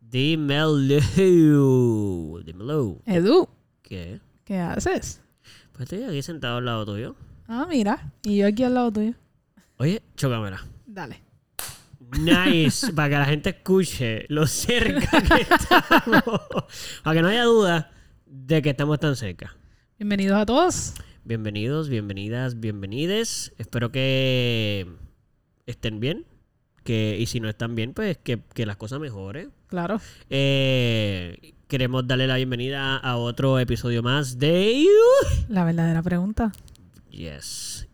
Dímelo. Edu, ¿Qué? ¿qué haces? Pues estoy aquí sentado al lado tuyo. Ah, mira. Y yo aquí al lado tuyo. Oye, chócamela. Dale. Nice. Para que la gente escuche lo cerca que estamos. Para que no haya duda de que estamos tan cerca. Bienvenidos a todos. Bienvenidos, bienvenidas, bienvenides. Espero que estén bien. Y si no están bien, pues que las cosas mejoren. Claro. Queremos darle la bienvenida a otro episodio más de... La verdadera pregunta. Yes.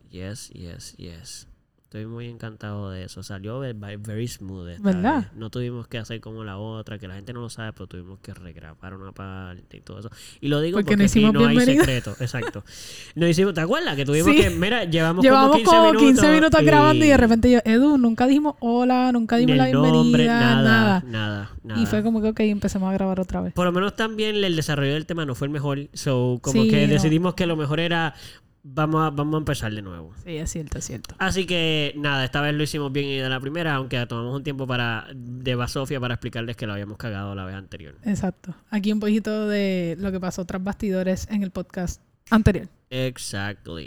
Estoy muy encantado de eso. Salió very smooth esta ¿Verdad? vez. No tuvimos que hacer como la otra, que la gente no lo sabe, pero tuvimos que regrabar una parte y todo eso. Y lo digo porque no aquí hicimos no hay bienvenida. secreto. Exacto. No hicimos, ¿te acuerdas? Que tuvimos Sí. que... Mira, llevamos como 15 minutos y... grabando y de repente yo, Edu, nunca dijimos hola, nunca dimos Ni la el nombre, bienvenida, nada. Y fue como que, ok, empecemos a grabar otra vez. Por lo menos también el desarrollo del tema no fue el mejor. So, como Sí, que no. decidimos que lo mejor era... Vamos a empezar de nuevo. Sí, es cierto, es cierto. Así que nada, esta vez lo hicimos bien y de la primera, aunque tomamos un tiempo de basofia para explicarles que lo habíamos cagado la vez anterior. Exacto. Aquí un poquito de lo que pasó tras bastidores en el podcast anterior. Exactly.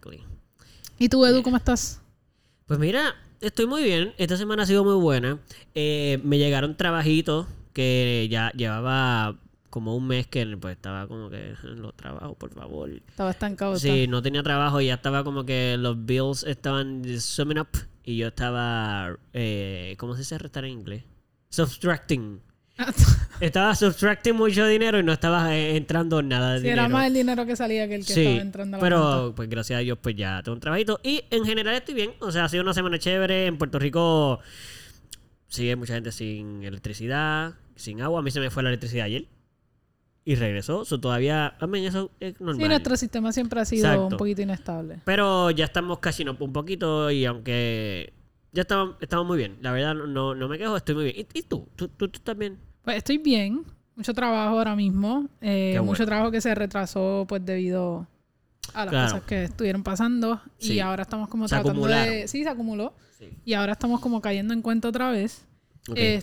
¿Y tú, Edu, cómo estás? Pues mira, estoy muy bien. Esta semana ha sido muy buena. Me llegaron trabajitos que ya llevaba como un mes que pues estaba como que los trabajos, por favor. Estaba estancado. Sí, no tenía trabajo y ya estaba como que los bills estaban summing up y yo estaba, ¿cómo se dice restar en inglés? Subtracting. Estaba subtracting mucho dinero y no estaba entrando nada de Sí, dinero. era más el dinero que salía que el que estaba entrando a la pero cuenta. pues gracias a Dios pues ya tengo un trabajito y en general estoy bien. O sea, ha sido una semana chévere. En Puerto Rico sigue mucha gente sin electricidad, sin agua. A mí se me fue la electricidad ayer y regresó. Todavía, eso es normal. Sí, nuestro sistema siempre ha sido Exacto. un poquito inestable. Pero ya estamos casi un poquito y aunque ya estamos muy bien. La verdad no me quejo, estoy muy bien. ¿Y tú? ¿Tú estás bien? Pues estoy bien. Mucho trabajo ahora mismo. Qué Mucho bueno. trabajo que se retrasó pues debido a las cosas que estuvieron pasando. Sí. Y ahora estamos como Se tratando acumularon. de... Sí, se acumuló. Sí. Y ahora estamos como cayendo en cuenta otra vez. Okay.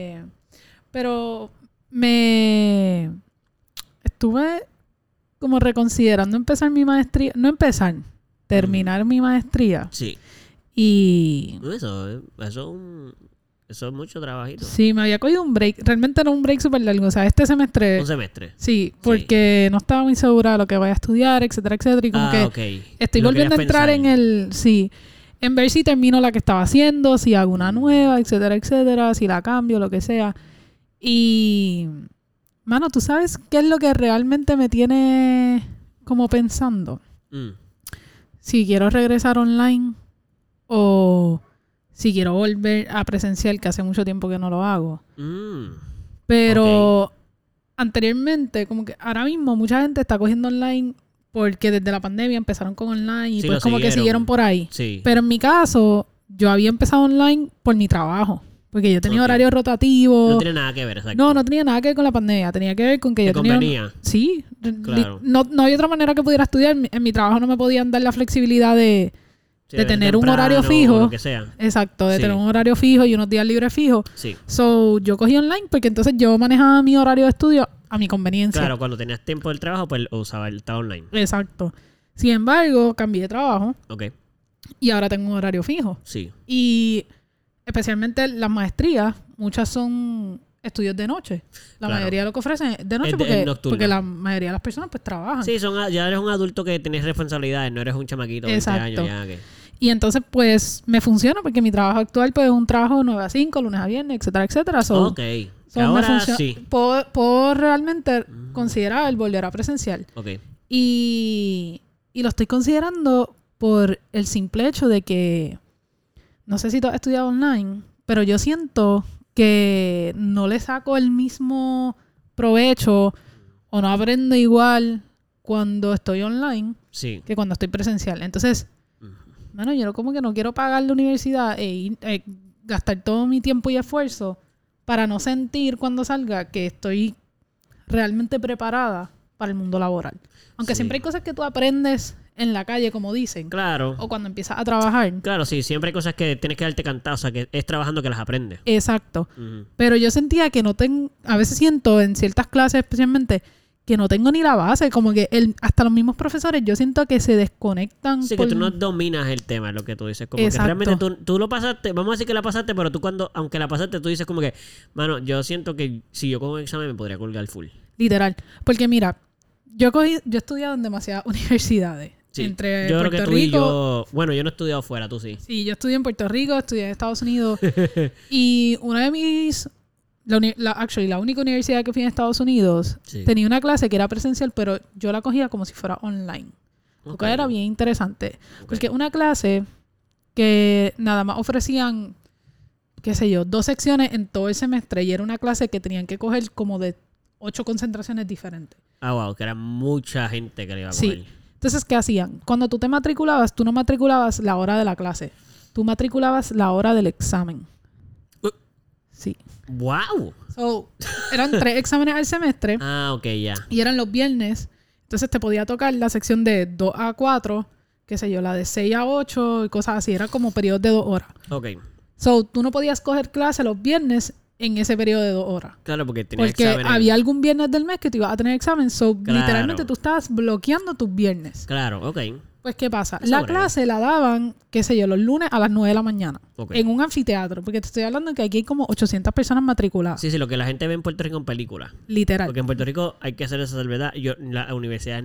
Pero me estuve como reconsiderando empezar mi maestría. No empezar, terminar mi maestría. Sí. Y Eso es mucho trabajito. sí, me había cogido un break. Realmente no un break súper largo. O sea, este semestre... Un semestre. Sí, porque no estaba muy segura de lo que voy a estudiar, etcétera. Y como que Okay. estoy Lo volviendo a querías entrar pensar. en el... Sí, en ver si termino la que estaba haciendo, si hago una nueva, etcétera. Si la cambio, lo que sea. Y... Mano, ¿tú sabes qué es lo que realmente me tiene como pensando? Si quiero regresar online o si quiero volver a presencial, que hace mucho tiempo que no lo hago. Pero anteriormente, como que ahora mismo mucha gente está cogiendo online porque desde la pandemia empezaron con online y Sí, pues lo como que siguieron por ahí. Sí. Pero en mi caso, yo había empezado online por mi trabajo. Porque yo tenía Ok. horario rotativo. No tiene nada que ver, exacto. No tenía nada que ver con la pandemia. Tenía que ver con que ¿Te yo tenía... convenía? Sí. Claro. No había otra manera que pudiera estudiar. En mi trabajo no me podían dar la flexibilidad de tener un horario fijo. O lo que sea. Exacto, de Sí. tener un horario fijo y unos días libres fijos. Sí. So, yo cogí online porque entonces yo manejaba mi horario de estudio a mi conveniencia. Claro, cuando tenías tiempo del trabajo, pues estaba online. Exacto. Sin embargo, cambié de trabajo Ok. y ahora tengo un horario fijo. Sí. Y especialmente las maestrías, muchas son estudios de noche. La Claro. mayoría de lo que ofrecen es de noche Es nocturno. porque la mayoría de las personas pues trabajan. Sí, ya eres un adulto que tienes responsabilidades, no eres un chamaquito de 20 Exacto. años ya. Okay. Y entonces pues me funciona porque mi trabajo actual pues es un trabajo de 9 a 5, lunes a viernes, etcétera. So, Ok. so me Ahora funciona. sí. Puedo realmente considerar el volver a presencial. Ok. Y lo estoy considerando por el simple hecho de que no sé si tú has estudiado online, pero yo siento que no le saco el mismo provecho o no aprendo igual cuando estoy online Sí. que cuando estoy presencial. Entonces, mano, yo como que no quiero pagar la universidad gastar todo mi tiempo y esfuerzo para no sentir cuando salga que estoy realmente preparada para el mundo laboral. Aunque Sí. siempre hay cosas que tú aprendes en la calle, como dicen. Claro. O cuando empiezas a trabajar. Claro, sí. Siempre hay cosas que tienes que darte cantado. O sea, que es trabajando que las aprendes. Exacto. Ujú. Pero yo sentía que no tengo... A veces siento, en ciertas clases especialmente, que no tengo ni la base. Como que hasta los mismos profesores, yo siento que se desconectan. Sí, que tú no dominas el tema, es lo que tú dices. Como Exacto. que realmente tú lo pasaste, vamos a decir que la pasaste, pero tú aunque la pasaste, tú dices como que, mano, yo siento que si yo cojo un examen me podría colgar full. Literal. Porque mira, yo he estudiado en demasiadas universidades. Sí. Entre Yo creo Puerto que tú y Rico... yo... Bueno, yo no he estudiado fuera, tú sí. Sí, yo estudié en Puerto Rico, estudié en Estados Unidos. Y una de mis... La única universidad que fui en Estados Unidos Sí. tenía una clase que era presencial, pero yo la cogía como si fuera online. Lo Ok. cual era bien interesante. Ok. Porque una clase que nada más ofrecían, qué sé yo, 2 secciones en todo el semestre y era una clase que tenían que coger como de 8 concentraciones diferentes. Ah, wow, que era mucha gente que le iba a Sí. coger. Entonces, ¿qué hacían? Cuando tú te matriculabas, tú no matriculabas la hora de la clase. Tú matriculabas la hora del examen. Sí. ¡Wow! So, eran 3 exámenes al semestre Ah, ok, ya. y eran los viernes. Entonces te podía tocar la sección de 2 a 4, qué sé yo, la de 6 a 8 y cosas así. Era como periodos de 2 horas. Ok. So, tú no podías coger clase los viernes en ese periodo de 2 horas. Claro, porque tenía Porque exámenes. había algún viernes del mes que tú ibas a tener examen. So, Claro. literalmente tú estabas bloqueando tus viernes. Claro, ok. Pues, ¿qué pasa? Eso La breve. clase la daban, qué sé yo, los lunes a las 9 de la mañana. Ok. En un anfiteatro. Porque te estoy hablando de que aquí hay como 800 personas matriculadas. Sí, sí, lo que la gente ve en Puerto Rico en películas. Literal. Porque en Puerto Rico hay que hacer esa salvedad. Las universidades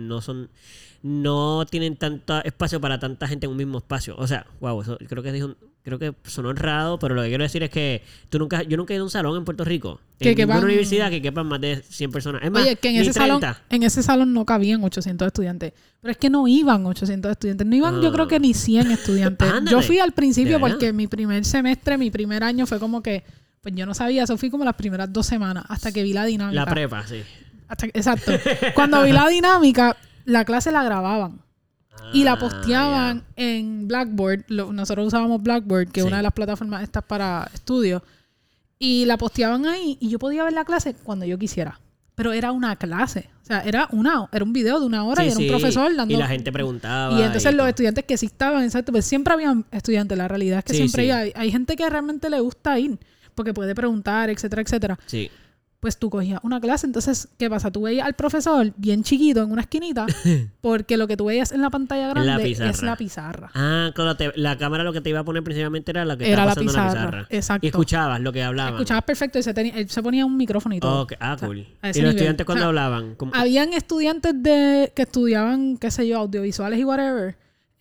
no tienen tanto espacio para tanta gente en un mismo espacio. O sea, wow, eso creo que sonó honrado, pero lo que quiero decir es que yo nunca he ido a un salón en Puerto Rico. Que En ninguna quepan- universidad que quepan más de 100 personas. Es más, Oye, que en ni ese, salón, 30. en ese salón no cabían 800 estudiantes. Pero es que no iban 800 estudiantes. No iban, yo creo que ni 100 estudiantes. Ándale. Yo fui al principio ¿De verdad? porque mi primer semestre, mi primer año fue como que... Pues yo no sabía. Eso fui como las primeras 2 semanas hasta que vi la dinámica. La prepa, sí. Exacto. Cuando vi la dinámica, la clase la grababan. Y la Ah, posteaban en Blackboard. Nosotros usábamos Blackboard, que es Sí. una de las plataformas estas para estudios. Y la posteaban ahí y yo podía ver la clase cuando yo quisiera. Pero era una clase. O sea, era un video de 1 hora Sí, y era un sí. profesor dando... Y la gente preguntaba. Y entonces los todo. estudiantes que sí estaban, exacto, pues siempre habían estudiantes. La realidad es que Sí, siempre sí. hay gente que realmente le gusta ir. Porque puede preguntar, etcétera, etcétera. Sí. Pues tú cogías una clase, entonces, ¿qué pasa? Tú veías al profesor bien chiquito en una esquinita, porque lo que tú veías en la pantalla En la grande pizarra. es la pizarra. Ah, claro, la cámara lo que te iba a poner principalmente era la que Era estaba la pasando en la pizarra, pizarra. exacto. Y escuchabas lo que hablaban. Escuchabas perfecto y él se ponía un micrófono y todo. Ok, ah, O sea, cool. a ¿Y ese los nivel. estudiantes cuando O sea, hablaban? ¿Cómo? Habían estudiantes que estudiaban, qué sé yo, audiovisuales y whatever,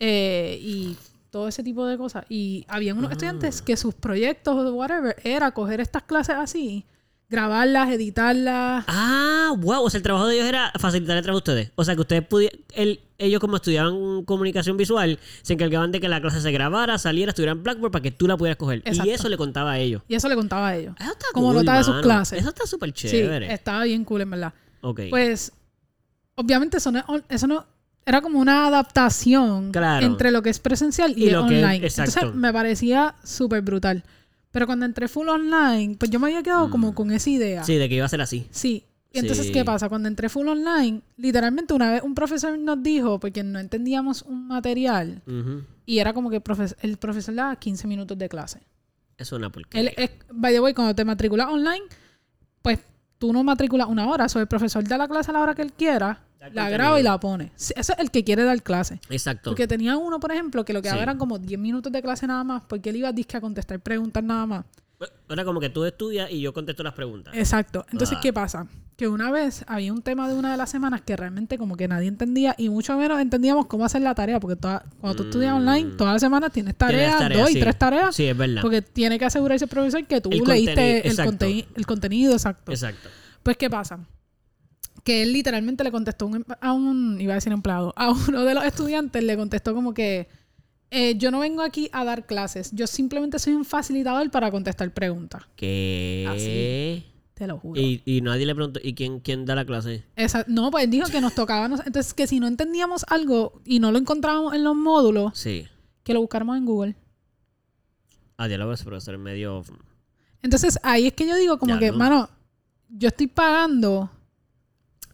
y todo ese tipo de cosas. Y habían unos estudiantes que sus proyectos o whatever era coger estas clases así, grabarlas, editarlas. Ah, wow. O sea, el trabajo de ellos era facilitar el trabajo de ustedes. O sea, que ustedes ellos como estudiaban comunicación visual, se encargaban de que la clase se grabara, saliera, estuviera en Blackboard para que tú la pudieras coger. Exacto. Y eso le contaba a ellos. Y eso le contaba a ellos. Eso está Como cool, nota de sus mano. clases. Eso está súper Sí, chévere. estaba bien cool, en verdad. Ok. Pues, obviamente eso no era como una adaptación Claro. entre lo que es presencial y, Y lo que es- online. exacto. Entonces me parecía súper brutal. Pero cuando entré full online, pues yo me había quedado como con esa idea. Sí, de que iba a ser así. Sí. Y entonces, Sí. ¿qué pasa? Cuando entré full online, literalmente una vez un profesor nos dijo, porque no entendíamos un material, Ujú. y era como que el profesor daba 15 minutos de clase. Es una porquería. By the way, cuando te matriculas online, pues tú no matriculas 1 hora. O el profesor da la clase a la hora que él quiera, Da la contenido. graba y la pone. Sí, eso es el que quiere dar clase. Exacto. Porque tenía uno, por ejemplo, que lo que Sí. daba eran como 10 minutos de clase nada más, porque él iba disque a contestar preguntas nada más. Era como que tú estudias y yo contesto las preguntas. Exacto. Entonces, Ah. ¿qué pasa? Que una vez había un tema de una de las semanas que realmente como que nadie entendía y mucho menos entendíamos cómo hacer la tarea, porque cuando tú estudias online, todas las semanas tienes tareas, 2 y sí. 3 tareas, Sí, es verdad. porque tiene que asegurarse el profesor que tú El leíste contenido, exacto. el contenido, exacto. Exacto. Pues, ¿qué pasa? Que él literalmente le contestó iba a decir empleado, a uno de los estudiantes le contestó como que yo no vengo aquí a dar clases, yo simplemente soy un facilitador para contestar preguntas. ¿Qué? Así. Te lo juro. Y nadie le preguntó, ¿y quién da la clase? No, pues dijo que nos tocaba, entonces que si no entendíamos algo y no lo encontrábamos en los módulos, Sí. que lo buscáramos en Google. Ah, ya lo ves, profesor medio... Entonces ahí es que yo digo como Ya, que, ¿no? mano, yo estoy pagando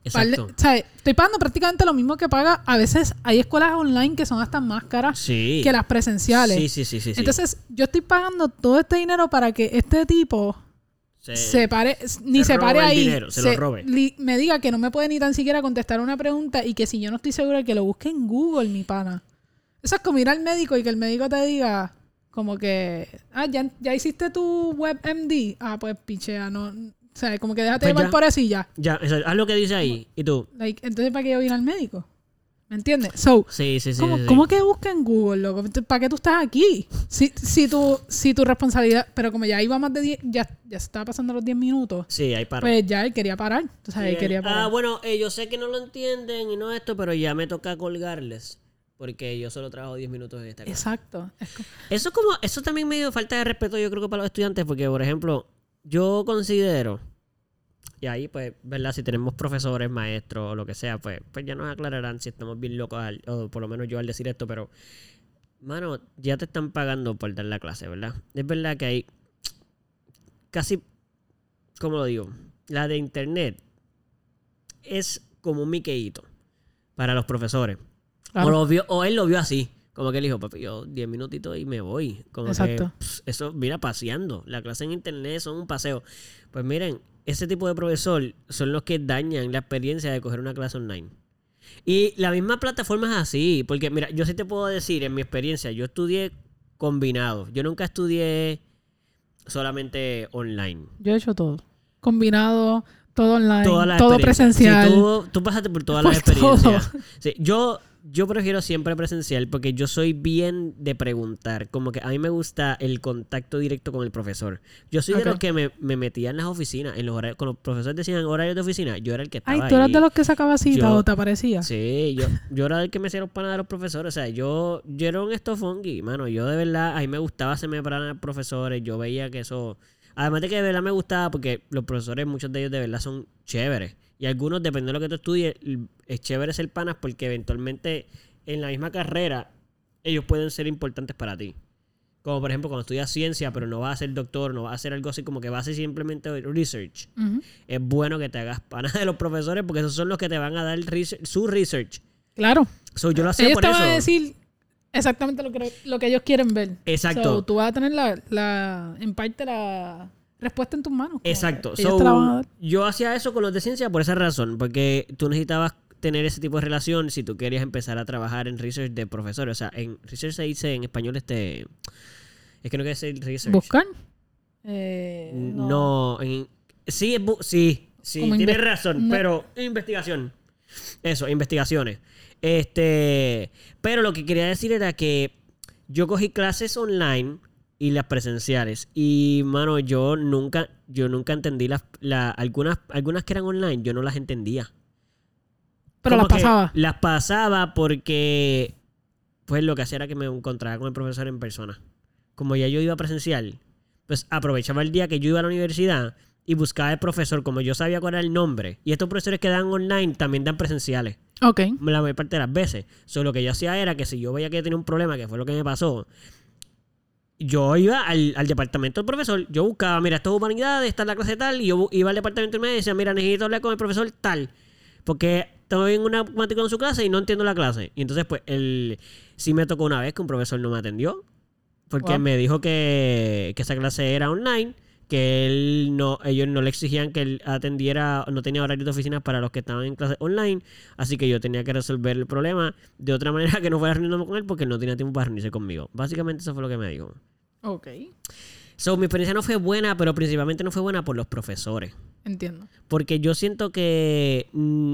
Exacto. O sea, estoy pagando prácticamente lo mismo que paga. A veces hay escuelas online que son hasta más caras Sí. que las presenciales. Sí. Entonces, yo estoy pagando todo este dinero para que este tipo se pare ahí, dinero, se lo robe. Me diga que no me puede ni tan siquiera contestar una pregunta y que si yo no estoy segura que lo busque en Google, mi pana. Eso es como ir al médico y que el médico te diga como que, ya hiciste tu WebMD. Pues pichea, no. O sea, como que déjate Pues llevar ya. por eso y ya. Ya, haz lo que dice ahí. ¿Y tú? Entonces, ¿para qué yo voy a ir al médico? ¿Me entiendes? Sí. ¿Cómo que busca en Google, loco? ¿Para qué tú estás aquí? Si tu responsabilidad... Pero como ya iba más de 10... Ya se estaba pasando los 10 minutos. Sí, ahí para. Pues ya él quería parar. Tú sabes, él quería parar. Bueno, yo sé que no lo entienden y no esto, pero ya me toca colgarles. Porque yo solo trabajo 10 minutos en esta clase. Exacto. Eso también me dio falta de respeto, yo creo que para los estudiantes, porque, por ejemplo, yo considero... Y ahí, pues, ¿verdad? Si tenemos profesores, maestros o lo que sea, pues ya nos aclararán si estamos bien locos, o por lo menos yo al decir esto, pero, mano, ya te están pagando por dar la clase, ¿verdad? Es verdad que hay casi, ¿cómo lo digo? La de internet es como un miqueíto para los profesores. Claro. O él lo vio así. Como que él dijo, papi, yo 10 minutitos y me voy. Como Exacto. que eso, mira, paseando. La clase en internet son un paseo. Pues miren, ese tipo de profesor son los que dañan la experiencia de coger una clase online. Y la misma plataforma es así. Porque, mira, yo sí te puedo decir, en mi experiencia, yo estudié combinado. Yo nunca estudié solamente online. Yo he hecho todo. Combinado, todo online, Todas las todo experiencias. presencial. Sí, tú pasaste por todas Por las experiencias. todo. Sí, yo prefiero siempre presencial porque yo soy bien de preguntar. Como que a mí me gusta el contacto directo con el profesor. Yo soy de los que me metía en las oficinas, en los horarios, cuando los profesores decían horarios de oficina, yo era el que estaba ahí. ¿Tú eras de los que sacaba cita o te aparecía? Sí, yo era el que me hacía los panas de los profesores. O sea, yo era un estofongi, mano. Yo de verdad, a mí me gustaba hacerme panas de los profesores. Yo veía que eso... Además de que de verdad me gustaba porque los profesores, muchos de ellos de verdad son chéveres. Y algunos, dependiendo de lo que tú estudies, es chévere ser panas porque eventualmente en la misma carrera ellos pueden ser importantes para ti. Como por ejemplo cuando estudias ciencia, pero no vas a ser doctor, no vas a hacer algo así como que vas a hacer simplemente research. Uh-huh. Es bueno que te hagas panas de los profesores porque esos son los que te van a dar su research. Claro. Yo lo hacía ellos por te eso. van a decir exactamente lo que ellos quieren ver. Exacto. Tú vas a tener en parte la respuesta en tus manos. Exacto. Ellos te la van a dar. Yo hacía eso con los de ciencia por esa razón, porque tú necesitabas tener ese tipo de relación si tú querías empezar a trabajar en research de profesores. O sea, en research se dice en español es que no quiere decir research. ¿Buscar? No. Sí, tienes razón, pero investigación. Eso, investigaciones. Pero lo que quería decir era que yo cogí clases online y las presenciales. Y, mano, yo nunca entendí algunas que eran online, yo no las entendía. Pero las pasaba. Las pasaba porque, pues, lo que hacía era que me encontraba con el profesor en persona. Como ya yo iba presencial, pues aprovechaba el día que yo iba a la universidad y buscaba el profesor, como yo sabía cuál era el nombre. Y estos profesores que dan online también dan presenciales. Ok. La mayor parte de las veces. Lo que yo hacía era que si yo veía que tenía un problema, que fue lo que me pasó, yo iba al departamento del profesor, yo buscaba, mira, esto es humanidades, esta es la clase tal, y yo iba al departamento y me decía, mira, necesito hablar con el profesor tal, porque estoy en una matemática en su clase y no entiendo la clase. Y entonces, pues, sí me tocó una vez que un profesor no me atendió, porque me dijo que esa clase era online, que ellos no le exigían que él atendiera, no tenía horarios de oficinas para los que estaban en clase online, así que yo tenía que resolver el problema de otra manera que no fuera reuniéndome con él porque él no tenía tiempo para reunirse conmigo. Básicamente eso fue lo que me dijo. Ok. Mi experiencia no fue buena, pero principalmente no fue buena por los profesores. Entiendo. Porque yo siento que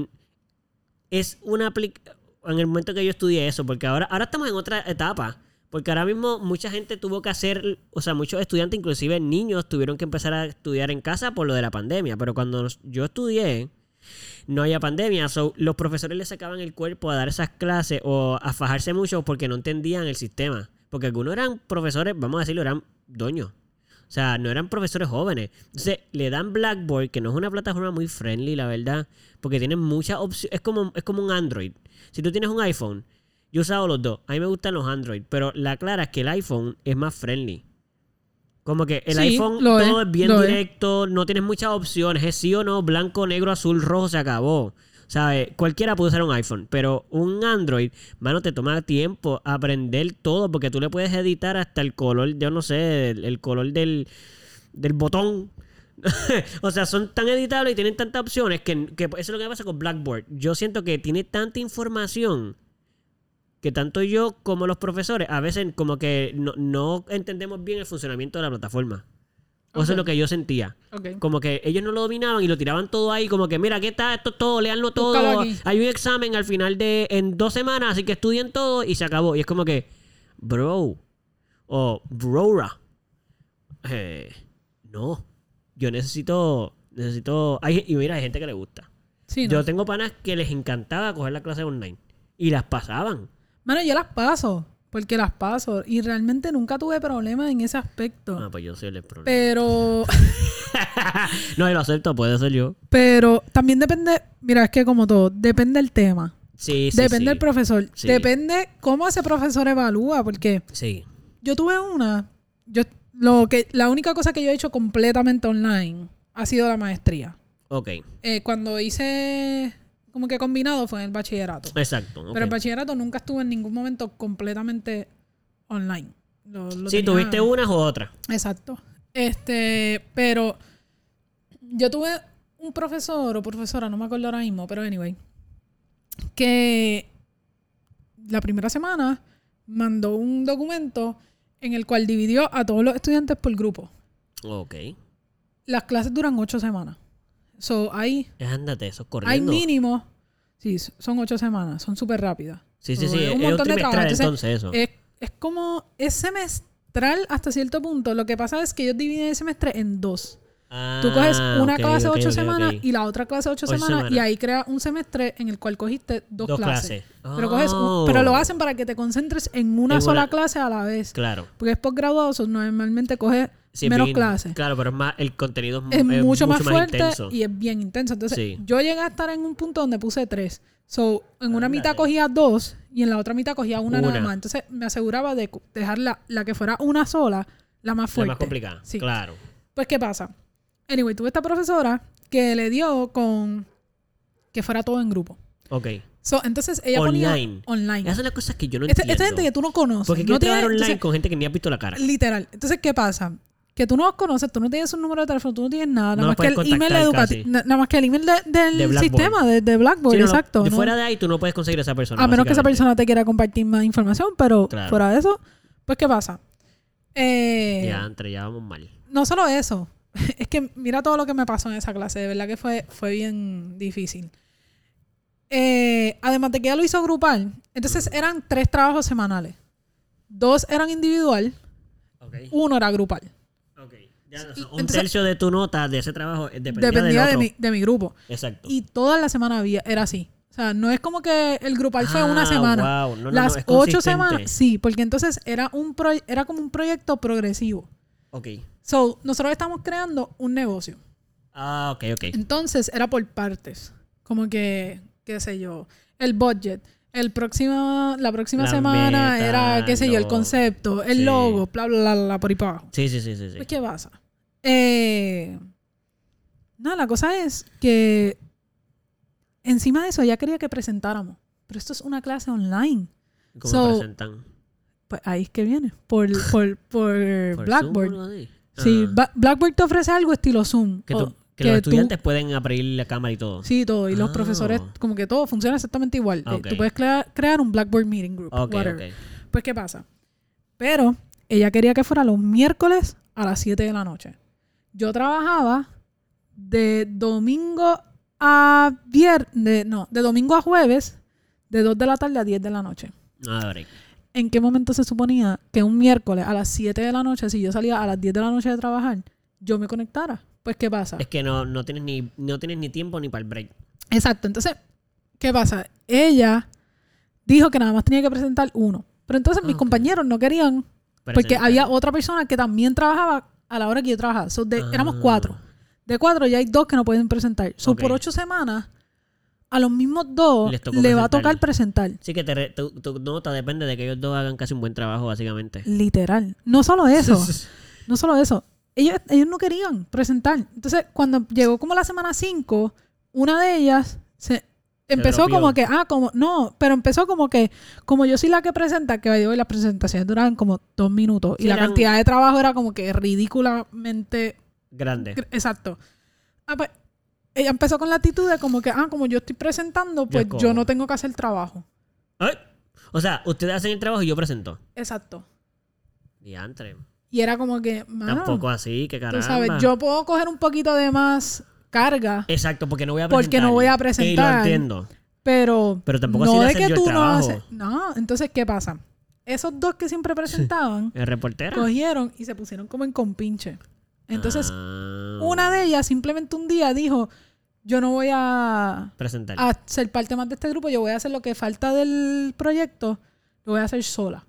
es en el momento que yo estudié eso, porque ahora estamos en otra etapa. Porque ahora mismo mucha gente tuvo que hacer, o sea, muchos estudiantes, inclusive niños, tuvieron que empezar a estudiar en casa por lo de la pandemia. Pero cuando yo estudié, no había pandemia. Los profesores les sacaban el cuerpo a dar esas clases o a fajarse mucho porque no entendían el sistema. Porque algunos eran profesores, vamos a decirlo, eran doños. O sea, no eran profesores jóvenes. Entonces, le dan Blackboard, que no es una plataforma muy friendly, la verdad. Porque tienen muchas opciones. Es como un Android. Si tú tienes un iPhone... Yo he usado los dos. A mí me gustan los Android. Pero la clara es que el iPhone es más friendly. Como que el iPhone todo es bien directo. No tienes muchas opciones. Es sí o no, blanco, negro, azul, rojo, se acabó. O ¿sabes? Cualquiera puede usar un iPhone, pero un Android, mano, te toma tiempo aprender todo porque tú le puedes editar hasta el color, yo no sé, el color del botón. O sea, son tan editables y tienen tantas opciones que eso es lo que me pasa con Blackboard. Yo siento que tiene tanta información que tanto yo como los profesores a veces como que no entendemos bien el funcionamiento de la plataforma. O eso es lo que yo sentía. Como que ellos no lo dominaban y lo tiraban todo ahí. Como que, mira, aquí está esto todo, léanlo todo. Hay un examen al final en 2 semanas, así que estudien todo y se acabó. Y es como que, bro, o brora. No. Yo necesito... y mira, hay gente que le gusta. Sí, ¿no? Yo tengo panas que les encantaba coger la clase online. Y las pasaban. Mano, yo las paso. Porque las paso. Y realmente nunca tuve problemas en ese aspecto. Ah, pues yo soy el problema. Pero... No, yo lo acepto. Puede ser yo. Pero también depende... Mira, es que como todo, depende del tema. Sí. Depende del profesor. Sí. Depende cómo ese profesor evalúa. Porque... Sí. Yo tuve una... La única cosa que yo he hecho completamente online ha sido la maestría. Ok. Cuando hice como que combinado fue en el bachillerato. Exacto. Okay. Pero el bachillerato nunca estuve en ningún momento completamente online. Sí, tuviste unas u otras. Exacto. Pero yo tuve un profesor o profesora, no me acuerdo ahora mismo, pero anyway, que la primera semana mandó un documento en el cual dividió a todos los estudiantes por grupo. Ok. Las clases duran 8 semanas. Ahí... Ándate, eso corriendo. Hay mínimo... Sí, son 8 semanas. Son súper rápidas. Sí. Es un montón de trabajo. Entonces eso. Es como... Es semestral hasta cierto punto. Lo que pasa es que ellos dividen el semestre en 2. Tú coges una clase 8 semanas y la otra clase 8 semanas y ahí creas un semestre en el cual cogiste dos clases. Pero lo hacen para que te concentres en una sola clase a la vez. Claro. Porque es posgraduado, normalmente coges menos clases. Claro, pero el contenido es mucho más fuerte intenso. Y es bien intenso. Entonces, yo llegué a estar en un punto donde puse 3. En una mitad cogía 2 y en la otra mitad cogía una nada más. Entonces, me aseguraba de dejar la que fuera una sola, la más fuerte. La más complicada. Sí. Claro. Pues, ¿qué pasa? Anyway, tuve esta profesora que le dio con que fuera todo en grupo. Ok. Entonces ella ponía online. Esas son las cosas que yo no entiendo. Esta gente que tú no conoces. Porque quiero trabajar online con gente que ni ha visto la cara. Literal. Entonces, ¿qué pasa? Que tú no los conoces, tú no tienes un número de teléfono, tú no tienes nada. Nada más que el email educativo. Nada más que el email del sistema, de Blackboard, sí, exacto. De fuera de ahí tú no puedes conseguir a esa persona. A menos que esa persona te quiera compartir más información, pero fuera de eso, pues, ¿qué pasa? Ya vamos mal. No solo eso. Es que mira todo lo que me pasó en esa clase. De verdad que fue bien difícil. Además de que ella lo hizo grupal, entonces eran 3 trabajos semanales. 2 eran individual. Okay. 1 era grupal. Okay. Ya, un tercio de tu nota de ese trabajo dependía de mi grupo. Exacto. Y toda la semana era así. O sea, no es como que el grupal fue una semana. Wow. No, Las 8 semanas, sí, porque entonces era como un proyecto progresivo. Ok. Nosotros estamos creando un negocio. Ok. Entonces, era por partes. Como que, qué sé yo, el budget. La próxima semana meta, era, qué sé yo, el concepto, el logo, bla, bla, bla, por ahí para abajo. Sí. Pues, ¿qué pasa? La cosa es que encima de eso ella quería que presentáramos. Pero esto es una clase online. ¿Cómo presentan? Pues ahí es que viene. Por Blackboard. Zoom, sí, Blackboard te ofrece algo estilo Zoom. Que los estudiantes pueden abrir la cámara y todo. Sí, todo. Y los profesores, como que todo funciona exactamente igual. Okay. Tú puedes crear un Blackboard Meeting Group. Okay. Pues, ¿qué pasa? Pero ella quería que fuera los miércoles a las 7 de la noche. Yo trabajaba de domingo a de domingo a jueves, de 2 de la tarde a 10 de la noche. ¿En qué momento se suponía que un miércoles a las 7 de la noche, si yo salía a las 10 de la noche de trabajar, yo me conectara? Pues, ¿qué pasa? Es que no tienes ni tiempo ni para el break. Exacto. Entonces, ¿qué pasa? Ella dijo que nada más tenía que presentar 1. Pero entonces mis compañeros no querían porque había otra persona que también trabajaba a la hora que yo trabajaba. Éramos 4. De 4 ya hay 2 que no pueden presentar. Por 8 semanas, a los mismos 2 le va a tocar presentar. Sí, que tu nota depende de que ellos 2 hagan casi un buen trabajo, básicamente. Literal. No solo eso. Ellos no querían presentar. Entonces, cuando llegó como la semana 5, una de ellas empezó como que, pero empezó como que, como yo soy la que presenta, que las presentaciones duraban como 2 minutos y la cantidad de trabajo era como que ridículamente grande. Exacto. Pues, ella empezó con la actitud de como que, como yo estoy presentando, pues yo no tengo que hacer trabajo. ¿Ay? O sea, ustedes hacen el trabajo y yo presento. Exacto. Diantre. Y era como que, tampoco así, que caramba. Tú sabes, yo puedo coger un poquito de más carga. Exacto, porque no voy a presentar. Porque no voy a presentar. Y lo entiendo. Pero tampoco no así de que yo tú el no trabajo. haces. No, entonces, ¿qué pasa? Esos dos que siempre presentaban, ¿El reportera? cogieron y se pusieron como en compinche. Entonces, una de ellas simplemente un día dijo, yo no voy a presentar, a ser parte más de este grupo, yo voy a hacer lo que falta del proyecto, lo voy a hacer sola.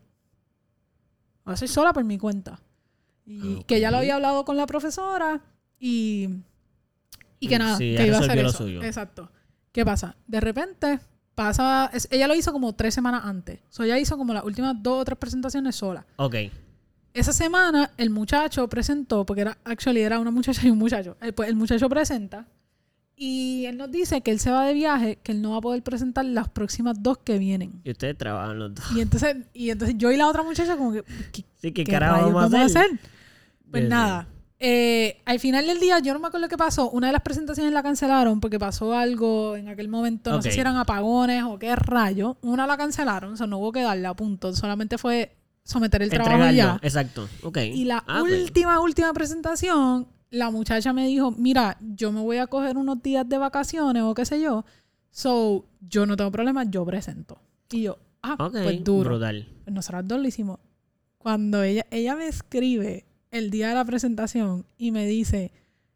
Lo voy a hacer sola por mi cuenta. Y que ya lo había hablado con la profesora y que nada, sí, que iba a hacer lo eso. suyo. Exacto. ¿Qué pasa? De repente ella lo hizo como 3 semanas antes. O sea, ella hizo como las últimas 2 o 3 presentaciones sola. Ok. Esa semana el muchacho presentó, porque era una muchacha y un muchacho. Pues el muchacho presenta y él nos dice que él se va de viaje, que él no va a poder presentar las próximas 2 que vienen. Y ustedes trabajan los dos. Y entonces yo y la otra muchacha como que... ¿Qué carajo vamos a hacer? Pues Desde... nada. Al final del día, yo no me acuerdo qué pasó. Una de las presentaciones la cancelaron porque pasó algo en aquel momento. No sé si eran apagones o qué rayo. Una la cancelaron, o sea, no hubo que darle a punto. Solamente fue someter el trabajo y ya. Exacto. Okay. Y la última presentación, la muchacha me dijo, mira, yo me voy a coger unos días de vacaciones o qué sé yo. So, yo no tengo problema, yo presento. Y yo, pues duro. Brutal. Pues nosotros dos lo hicimos. Cuando ella me escribe el día de la presentación y me dice,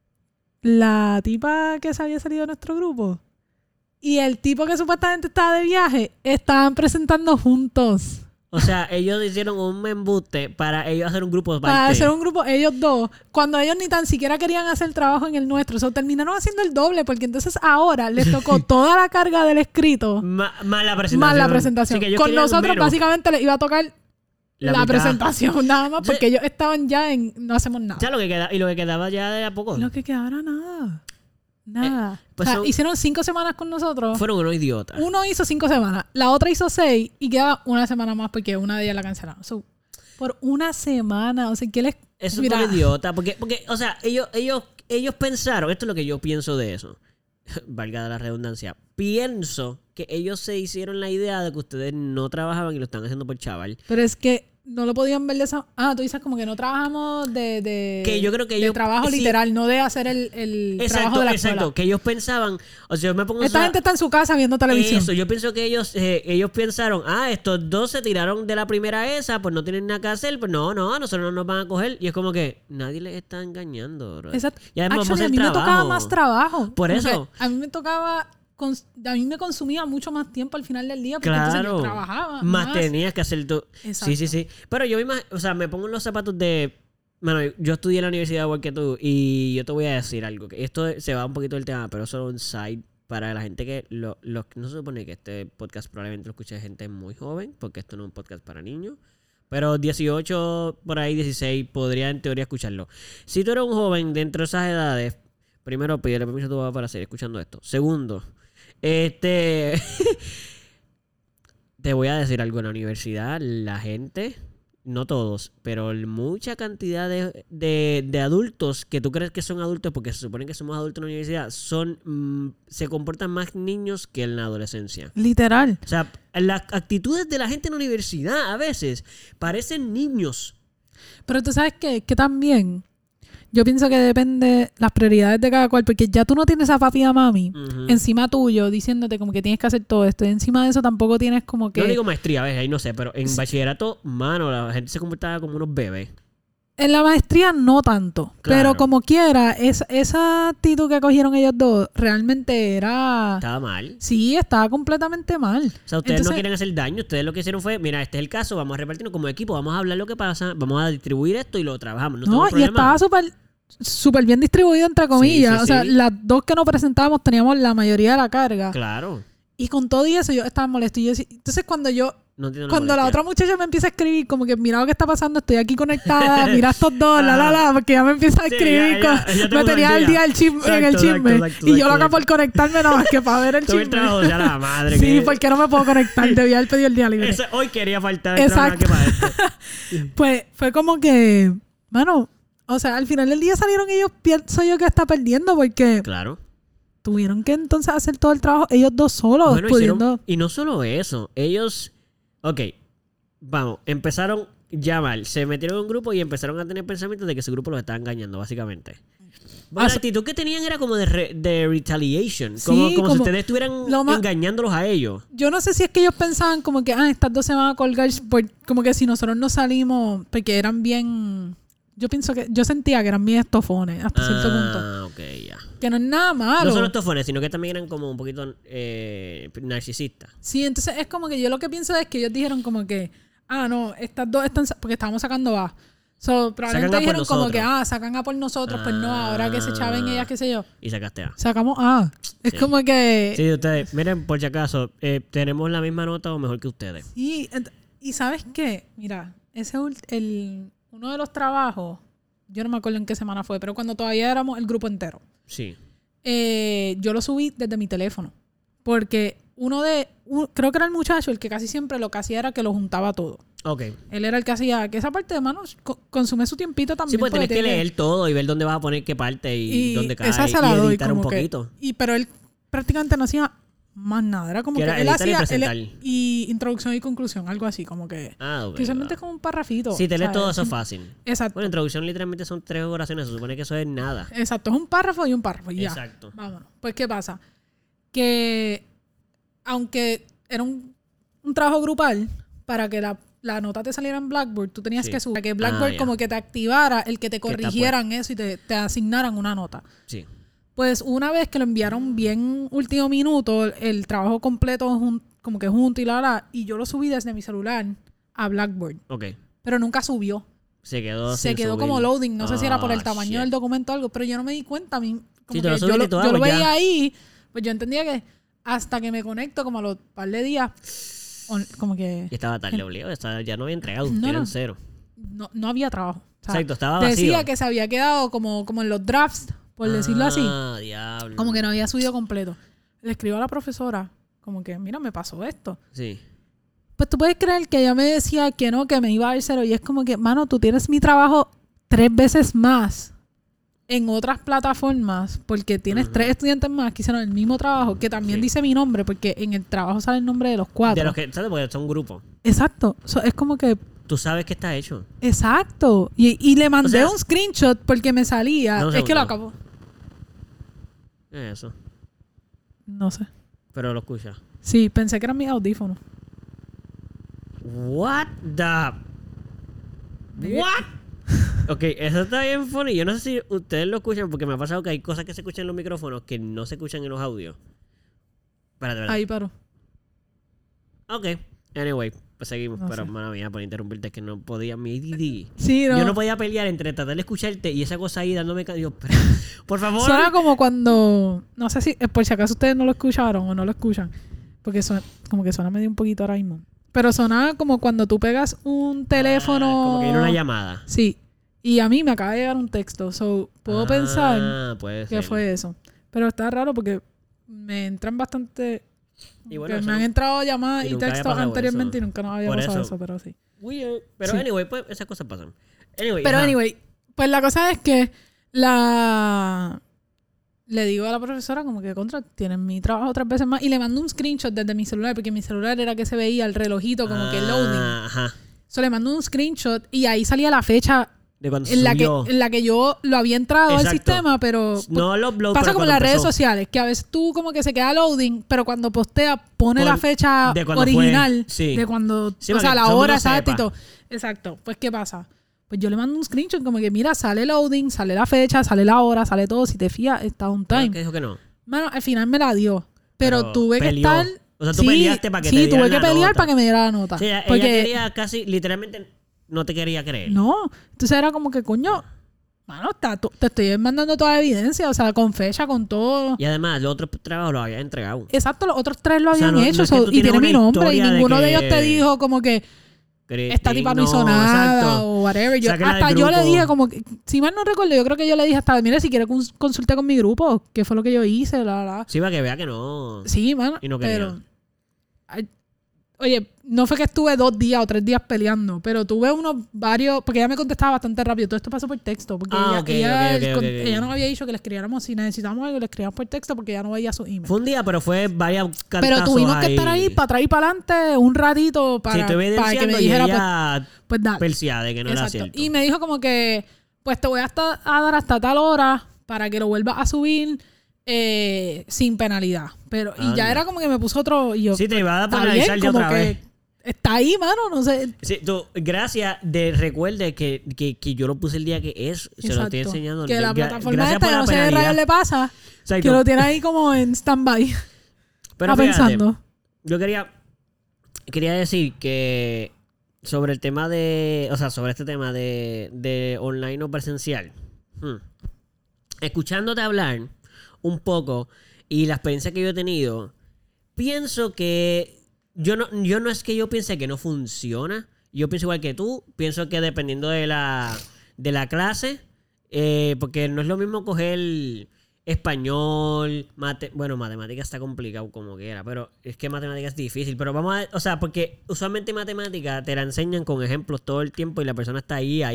la tipa que se había salido de nuestro grupo y el tipo que supuestamente estaba de viaje estaban presentando juntos. O sea, ellos hicieron un embuste para ellos hacer un grupo de parte. Para hacer un grupo, ellos dos, cuando ellos ni tan siquiera querían hacer trabajo en el nuestro. O sea, terminaron haciendo el doble, porque entonces ahora les tocó toda la carga del escrito. Más la presentación. Más la presentación. Sí, con nosotros básicamente les iba a tocar la presentación nada más, porque ellos estaban ya en no hacemos nada. Ya lo que quedaba ya de a poco. Lo que quedaba era nada. Nada. Pues o sea, hicieron 5 semanas con nosotros. Fueron unos idiotas. Uno hizo 5 semanas, la otra hizo 6 y quedaba una semana más porque una de ellas la cancelaron. So, por una semana, o sea, ¿qué les...? Eso es un idiota, porque, o sea, ellos pensaron, esto es lo que yo pienso de eso, valga la redundancia, pienso que ellos se hicieron la idea de que ustedes no trabajaban y lo están haciendo por chaval. Pero es que no lo podían ver de esa... tú dices como que no trabajamos de que yo creo que ellos... de trabajo literal, no de hacer el trabajo de la escuela. Exacto, que ellos pensaban... O sea, yo me pongo... Esta gente está en su casa viendo televisión. Eso, yo pienso que ellos pensaron, estos dos se tiraron de la primera esa, pues no tienen nada que hacer, pues no, nosotros no nos van a coger. Y es como que nadie les está engañando, bro. Exacto. Y además a mí me tocaba más trabajo. Por eso. A mí me tocaba... a mí me consumía mucho más tiempo al final del día porque entonces yo trabajaba más tenías que hacer tú. Exacto. Sí. Pero yo me pongo en los zapatos de... Bueno, yo estudié en la universidad igual que tú y yo te voy a decir algo. Que esto se va un poquito del tema, pero solo un side para la gente que... no se supone que este podcast probablemente lo escuche gente muy joven, porque esto no es un podcast para niños. Pero 18, por ahí 16, podría en teoría escucharlo. Si tú eres un joven dentro de esas edades, primero pídele permiso a tu papá para seguir escuchando esto. Segundo... Te voy a decir algo. En la universidad, la gente, no todos, pero mucha cantidad de adultos que tú crees que son adultos porque se supone que somos adultos en la universidad, se comportan más niños que en la adolescencia. Literal. O sea, las actitudes de la gente en la universidad a veces parecen niños. Pero tú sabes que también... Yo pienso que depende las prioridades de cada cual, porque ya tú no tienes a papi y a mami encima tuyo diciéndote como que tienes que hacer todo esto. Y encima de eso tampoco tienes como que... No digo maestría, a veces, ahí no sé, pero en bachillerato, mano, la gente se comportaba como unos bebés. En la maestría no tanto, claro. Pero como quiera, esa actitud que cogieron ellos dos realmente era... Estaba mal. Sí, estaba completamente mal. O sea, ustedes no quieren hacer daño, ustedes lo que hicieron fue, mira, este es el caso, vamos a repartirnos como equipo, vamos a hablar lo que pasa, vamos a distribuir esto y lo trabajamos. No, y estaba súper bien distribuido entre comillas. Sí. O sea, las dos que nos presentábamos teníamos la mayoría de la carga. Claro. Y con todo y eso yo estaba molesto. Y entonces cuando yo No entiendo Cuando la molestia. otra muchacha me empieza a escribir, como que mira lo que está pasando, estoy aquí conectada, mira estos dos, porque ya me empieza a Sí, escribir. ella te Me puso tenía al al día el chisme, en el Exacto, chisme. exacto, Y yo loca exacto. por conectarme nada más que para ver el Tuve el chisme. trabajo ya la madre. Sí, que... porque no me puedo conectar, debía haber pedido el día libre. Hoy quería faltar. Exacto. Que para esto. Pues fue como que, mano, o sea, al final del día salieron ellos, pienso yo que está perdiendo, porque Claro. tuvieron que entonces hacer todo el trabajo ellos dos solos, Bueno, pudiendo... y no solo eso. Ellos... Ok. Vamos. Empezaron ya mal. Se metieron en un grupo y empezaron a tener pensamientos de que ese grupo los estaba engañando, básicamente. Bueno, la actitud que tenían era como de retaliation. Como, Sí, como si como ustedes estuvieran engañándolos a ellos. Yo no sé si es que ellos pensaban como que, estas dos se van a colgar, como que si nosotros no salimos, porque eran bien... Yo sentía que eran bien estofones hasta cierto punto. Ah, ok, ya. Que no es nada malo. No solo estofones, sino que también eran como un poquito narcisistas. Sí, entonces es como que yo lo que pienso es que ellos dijeron como que, no, estas dos están... Porque estábamos sacando A. Probablemente dijeron como que, sacan A por nosotros, pues no, ahora que se chaven ellas, qué sé yo. Y sacaste A. Sacamos A. Es Sí. como que... Sí, ustedes, miren, por si acaso, tenemos la misma nota o mejor que ustedes. Y ¿sabes qué? Mira, ese uno de los trabajos, yo no me acuerdo en qué semana fue, pero cuando todavía éramos el grupo entero, Sí. yo lo subí desde mi teléfono. Porque creo que era el muchacho el que casi siempre lo que hacía era que lo juntaba todo. Ok. Él era el que hacía que esa parte de manos consume su tiempito también. Sí, pues porque tienes que tiene leer todo y ver dónde vas a poner qué parte y dónde cae. esa se la y doy, editar un como que- poquito. pero él prácticamente no hacía más nada. Era como Que que era él editar y hacía... presentar. y introducción y conclusión, algo así, como que... Ah, ok. Precisamente como un parrafito. Si te lees ¿sabes? todo eso es fácil. Exacto. Bueno, introducción literalmente son 3 oraciones. Se supone que eso es nada. Exacto, es un párrafo y un párrafo. Y ya. Exacto. Vámonos. Pues, ¿qué pasa? Que aunque era un trabajo grupal, para que la nota te saliera en Blackboard, tú tenías Sí. que subir. Que Blackboard ya. como que te activara el que te está corrigieran eso y te asignaran una nota. Sí. Pues una vez que lo enviaron bien último minuto, el trabajo completo como que junto y yo lo subí desde mi celular a Blackboard. Ok. Pero nunca subió. Se quedó Se sin quedó subir. como loading. No sé si era por el tamaño shit. del documento o algo, pero yo no me di cuenta. A mí, como Sí, te que lo subiste y todo, yo lo pues ya. veía ahí, pues yo entendía que hasta que me conecto como a los par de días, como que Y estaba tarde, obligado. Ya no había entregado. No, Eran no. 0. no había trabajo. O sea, Exacto, estaba vacío. decía que se había quedado como en los drafts, por decirlo así. Ah, diablo. Como que no había subido completo. Le escribo a la profesora, como que, mira, me pasó esto. Sí. Pues tú puedes creer que ella me decía que no, que me iba a dar 0. Y es como que, mano, tú tienes mi trabajo 3 veces más en otras plataformas, porque tienes 3 estudiantes más que hicieron el mismo trabajo, que también Sí. dice mi nombre, porque en el trabajo sale el nombre de los 4. De los que, ¿sabes? Porque son grupos. Exacto. Es como que, Tú sabes que está hecho. exacto. Y le mandé O sea, un screenshot porque me salía. No, Es que lo segundo. acabo. Eso. No sé. Pero lo escucha. Sí, pensé que eran mis audífonos. What the... What? Ok, eso está bien funny. Yo no sé si ustedes lo escuchan porque me ha pasado que hay cosas que se escuchan en los micrófonos que no se escuchan en los audios. Espérate. Ahí paró. Ok. Anyway, pues seguimos. No Pero, sé. mala mía, por interrumpirte, es que no podía... Mi ADD. Sí, no. Yo no podía pelear entre tratar de escucharte y esa cosa ahí dándome... Dios, pero, por favor. Suena como cuando... No sé si... Por si acaso ustedes no lo escucharon o no lo escuchan. Porque como que suena medio un poquito ahora mismo. Pero sonaba como cuando tú pegas un teléfono... Como que viene una llamada. Sí. Y a mí me acaba de llegar un texto. So, puedo pensar Puede que ser. fue eso. Pero está raro porque me entran bastante... Y bueno, que eso me han no- entrado llamadas y y nunca había textos pasado anteriormente eso. y nunca nos había Por pasado eso. eso, pero sí. Weird. Pero Sí. anyway, pues esas cosas pasan. Anyway, Pero ajá. anyway, pues la cosa es que le digo a la profesora como que tienen mi trabajo 3 veces más y le mando un screenshot desde mi celular porque mi celular era que se veía el relojito como que loading. Ajá. So le mando un screenshot y ahí salía la fecha De cuando en la subió. que yo lo había entrado al Exacto. sistema, pero No lo upload, pasa pero como en cuando las redes empezó. sociales, que a veces tú como que se queda loading, pero cuando postea pone la fecha de cuando original fue. Sí. de cuando, Sí, o para sea, que la todo el hora mundo exacta y sepa. todo. Exacto. Pues, ¿qué pasa? Pues yo le mando un screenshot como que, mira, sale loading, sale la fecha, sale la hora, sale todo. Si te fías, está on Pero time. que dijo que no. Mano, al final me la dio. Pero tuve que peleó. estar... O sea, tú peleaste para que te sí, dieran tuve que la pelear nota. para que me diera la nota. O sea, ella porque quería casi, literalmente, no te quería creer. no. Entonces era como que, coño, Mano, te estoy mandando toda la evidencia, o sea, con fecha, con todo. Y además, los otros trabajos los habías entregado. Exacto, los otros 3 lo O sea, habían hecho, no es que tú y tienes tiene una mi nombre, y historia de ninguno de que- ellos te dijo como que esta tipa no hizo nada exacto. o whatever. Sáquenla Hasta del yo le grupo. dije como que, si mal no recuerdo, yo creo que yo le dije hasta, mire, si quiere consulte con mi grupo, que fue lo que yo hice, la. Sí, para que vea que no. Sí, mano, Y no quería. pero... Oye, no fue que estuve 2 días o 3 días peleando, pero tuve varios, porque ella me contestaba bastante rápido. Todo esto pasó por texto, porque ella nos había dicho que le escribiéramos, si necesitábamos algo, le escribíamos por texto porque ella no veía su email. Fue un día, pero fue varias cantazos. Pero tuvimos que estar ahí para atrás y para adelante un ratito para que me dijera, pues dale. Persia de que no era cierto. Y me dijo como que, pues te voy a dar hasta tal hora para que lo vuelvas a subir sin penalidad. Pero y ya era como que me puso otro... Y yo, sí, te iba a está penalizar bien, ya como otra que vez. está ahí, mano, no sé. Sí, gracias recuerde que yo lo puse el día que es. Se lo estoy Exacto. enseñando. Que la plataforma gracias esta, por yo la no sé qué penalidad. rayos le pasa, Exacto. que lo tiene ahí como en stand-by. Pero Está fíjate, pensando. yo quería decir que sobre el tema de... O sea, sobre este tema de online o presencial. Escuchándote hablar un poco y la experiencia que yo he tenido, pienso que... Yo no es que yo piense que no funciona. Yo pienso igual que tú. Pienso que dependiendo de la clase, porque no es lo mismo coger español, matemática está complicado como quiera, pero es que matemática es difícil. Pero vamos a... O sea, porque usualmente matemática te la enseñan con ejemplos todo el tiempo y la persona está ahí.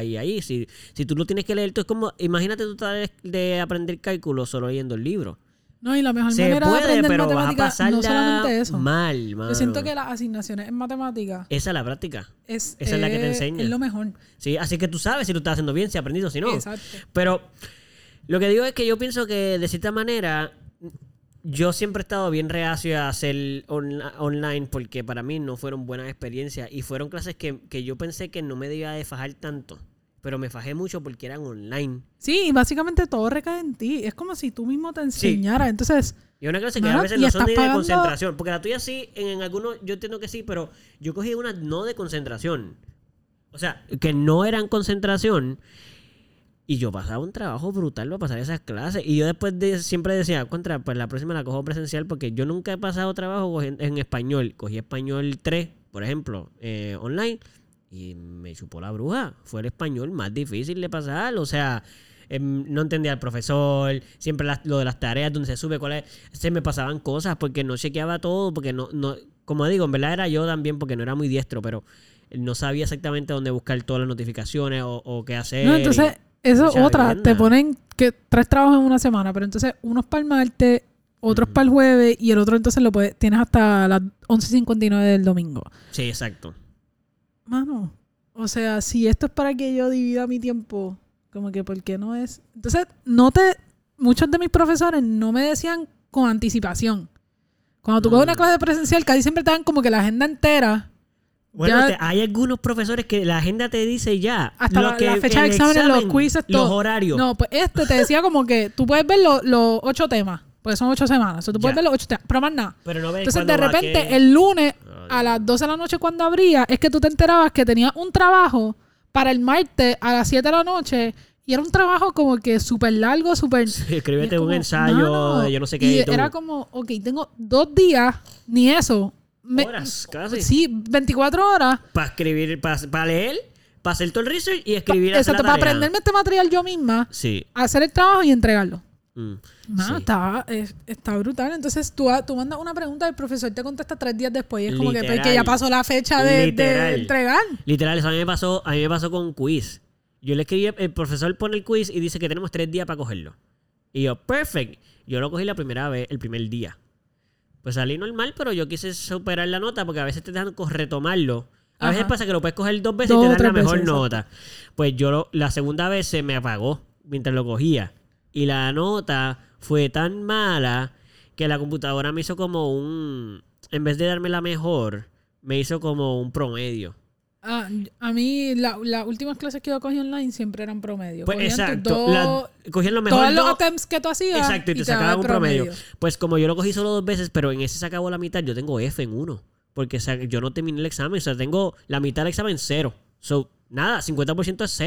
Si tú lo tienes que leer, tú es como... Imagínate tú tratar de aprender cálculo solo leyendo el libro. No, y la mejor Se manera de puede, aprender pero vas a matemáticas, pasarla no solamente eso. mal, mano. Yo siento que las asignaciones en matemáticas Esa es la práctica. esa Esa es la que te enseña. Es lo mejor. Sí, así que tú sabes si lo estás haciendo bien, si has aprendido, si no. Exacto. Pero lo que digo es que yo pienso que de cierta manera yo siempre he estado bien reacio a hacer online porque para mí no fueron buenas experiencias y fueron clases que yo pensé que no me debía de fajar tanto. Pero me fajé mucho porque eran online. Sí, y básicamente todo recae en ti. Es como si tú mismo te enseñaras. Entonces... Y una clase que Mano, a veces y no son estás ni de pagando... concentración. Porque la tuya sí, en algunos, yo entiendo que sí, pero yo cogí una no de concentración. O sea, que no eran concentración. Y yo pasaba un trabajo brutal para pasar esas clases. Y yo después siempre decía, pues la próxima la cojo presencial porque yo nunca he pasado trabajo en español. Cogí español 3, por ejemplo, online. Y me chupó la bruja. Fue el español más difícil de pasar. O sea... no entendía al profesor, siempre lo de las tareas, donde se sube, se me pasaban cosas porque no chequeaba todo, porque no, como digo, en verdad era yo también porque no era muy diestro, pero no sabía exactamente dónde buscar todas las notificaciones o qué hacer. No, entonces, eso es otra, vivienda. te ponen que 3 trabajos en una semana, pero entonces uno es para el martes, otro es para el jueves y el otro entonces tienes hasta las 11:59 del domingo. Sí, exacto. Mano, o sea, si esto es para que yo divida mi tiempo... Como que, ¿por qué no es? Entonces, muchos de mis profesores no me decían con anticipación. Cuando tú coges una clase presencial, casi siempre te dan como que la agenda entera. Bueno, hay algunos profesores que la agenda te dice ya. Hasta la fecha de exámenes, los quizzes, todo. Los horarios. No, pues te decía como que tú puedes ver los 8 temas. Porque son 8 semanas. O sea, tú puedes ver los 8 temas, pero más nada. Pero no ves entonces, cuándo de va repente, el lunes a las 12 de la noche cuando abría, es que tú te enterabas que tenías un trabajo para el martes a las 7 de la noche y era un trabajo como que súper largo, súper... Sí, escríbete un como, ensayo de yo no sé qué. Y era como, ok, tengo 2 días, ni eso. Horas, casi. Sí, 24 horas. Para escribir, para leer, para hacer todo el research y escribir hacer Exacto, la para tarea. aprenderme este material yo misma, Sí. hacer el trabajo y entregarlo. Sí. Está brutal. Entonces tú mandas una pregunta y el profesor te contesta 3 días después. Y es como Literal. que ya pasó la fecha de entregar. Literal, eso a mí me pasó con un quiz. Yo le escribí, el profesor pone el quiz y dice que tenemos 3 días para cogerlo. Y yo, perfect. Yo lo cogí la primera vez, el primer día. Pues salí normal, pero yo quise superar la nota porque a veces te dejan retomarlo. A veces pasa que lo puedes coger 2 veces y te dan la mejor nota. Pues la segunda vez se me apagó mientras lo cogía. Y la nota fue tan mala que la computadora me hizo como en vez de darme la mejor, me hizo como un promedio. A mí, las últimas clases que yo cogí online siempre eran promedio. Pues cogían exacto. Cogían lo mejor. Todos los attempts que tú hacías. Exacto, y te sacaban un promedio. Pues como yo lo cogí solo 2 veces, pero en ese se acabó la mitad, yo tengo F en 1. Porque yo no terminé el examen. O sea, tengo la mitad del examen 0. So, nada, 50% es 0.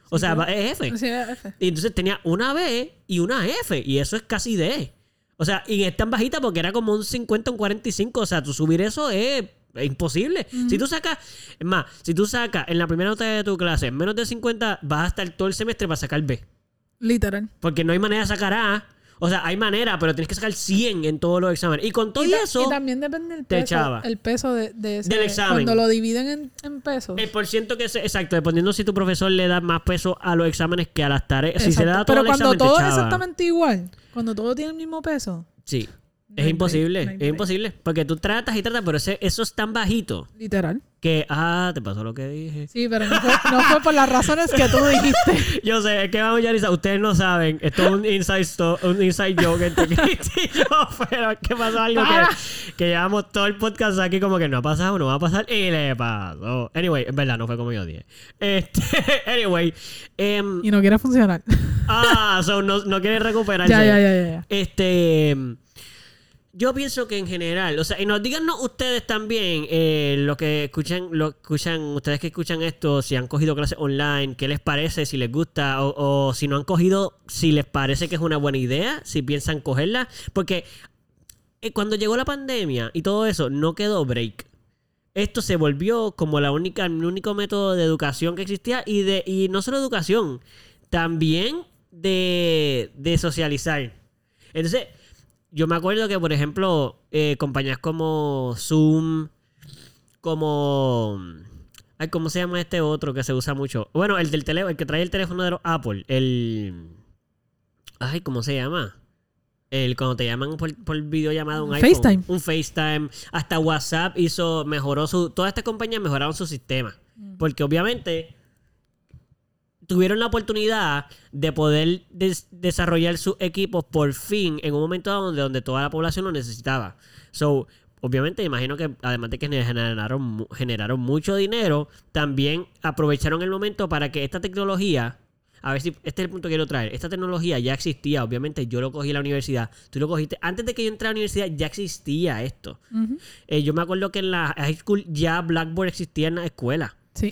O sea, es F. Sí, es F. Y entonces tenía una B y una F. Y eso es casi D. O sea, y es tan bajita porque era como un 50, un 45. O sea, tú subir eso es imposible. Si tú sacas... Es más, si tú sacas en la primera nota de tu clase menos de 50, vas a estar todo el semestre para sacar B. Literal. Porque no hay manera de sacar A. O sea, hay manera, pero tienes que sacar 100 en todos los exámenes. Y con todo eso... Y también depende del te peso. echaba. El peso de ese... Del examen. Cuando lo dividen en pesos. El porciento que es... Exacto, dependiendo si tu profesor le da más peso a los exámenes que a las tareas. Exacto. Si se le da todo pero el cuando examen, te todo es echaba. exactamente igual, cuando todo tiene el mismo peso... Sí. No Es hay imposible, break, no hay es break. imposible. Porque tú tratas y tratas, pero eso es tan bajito Literal. que... te pasó lo que dije. Sí, pero no fue por las razones que tú dijiste. Yo sé, es que vamos, Yarisa, ustedes no saben. Esto es un inside joke entre Cristi y yo, pero es que pasó algo que llevamos todo el podcast aquí como que no ha pasado, no va a pasar, y le pasó. Anyway, en verdad, no fue como yo dije. Anyway. Y no quiere funcionar. So no quiere recuperarse. Ya. Yo pienso que en general, o sea, y nos díganos ustedes también, lo que escuchan, ustedes que escuchan esto, si han cogido clases online, qué les parece, si les gusta, o si no han cogido, si les parece que es una buena idea, si piensan cogerla, porque cuando llegó la pandemia y todo eso, no quedó break. Esto se volvió como el único método de educación que existía y no solo educación, también de socializar. Entonces, yo me acuerdo que, por ejemplo, compañías como Zoom, como... Ay, ¿cómo se llama este otro que se usa mucho? Bueno, el del teléfono, el que trae el teléfono de los Apple. Ay, ¿cómo se llama? Cuando te llaman por videollamada un iPhone. FaceTime. Un FaceTime. Hasta WhatsApp mejoró todas estas compañías mejoraron su sistema. Porque obviamente... tuvieron la oportunidad de poder desarrollar sus equipos por fin en un momento donde toda la población lo necesitaba. So, obviamente, imagino que además de que generaron mucho dinero, también aprovecharon el momento para que esta tecnología, a ver si este es el punto que quiero traer, esta tecnología ya existía, obviamente yo lo cogí en la universidad, tú lo cogiste, antes de que yo entrara a la universidad ya existía esto. Uh-huh. Yo me acuerdo que en la high school ya Blackboard existía en la escuela. Sí.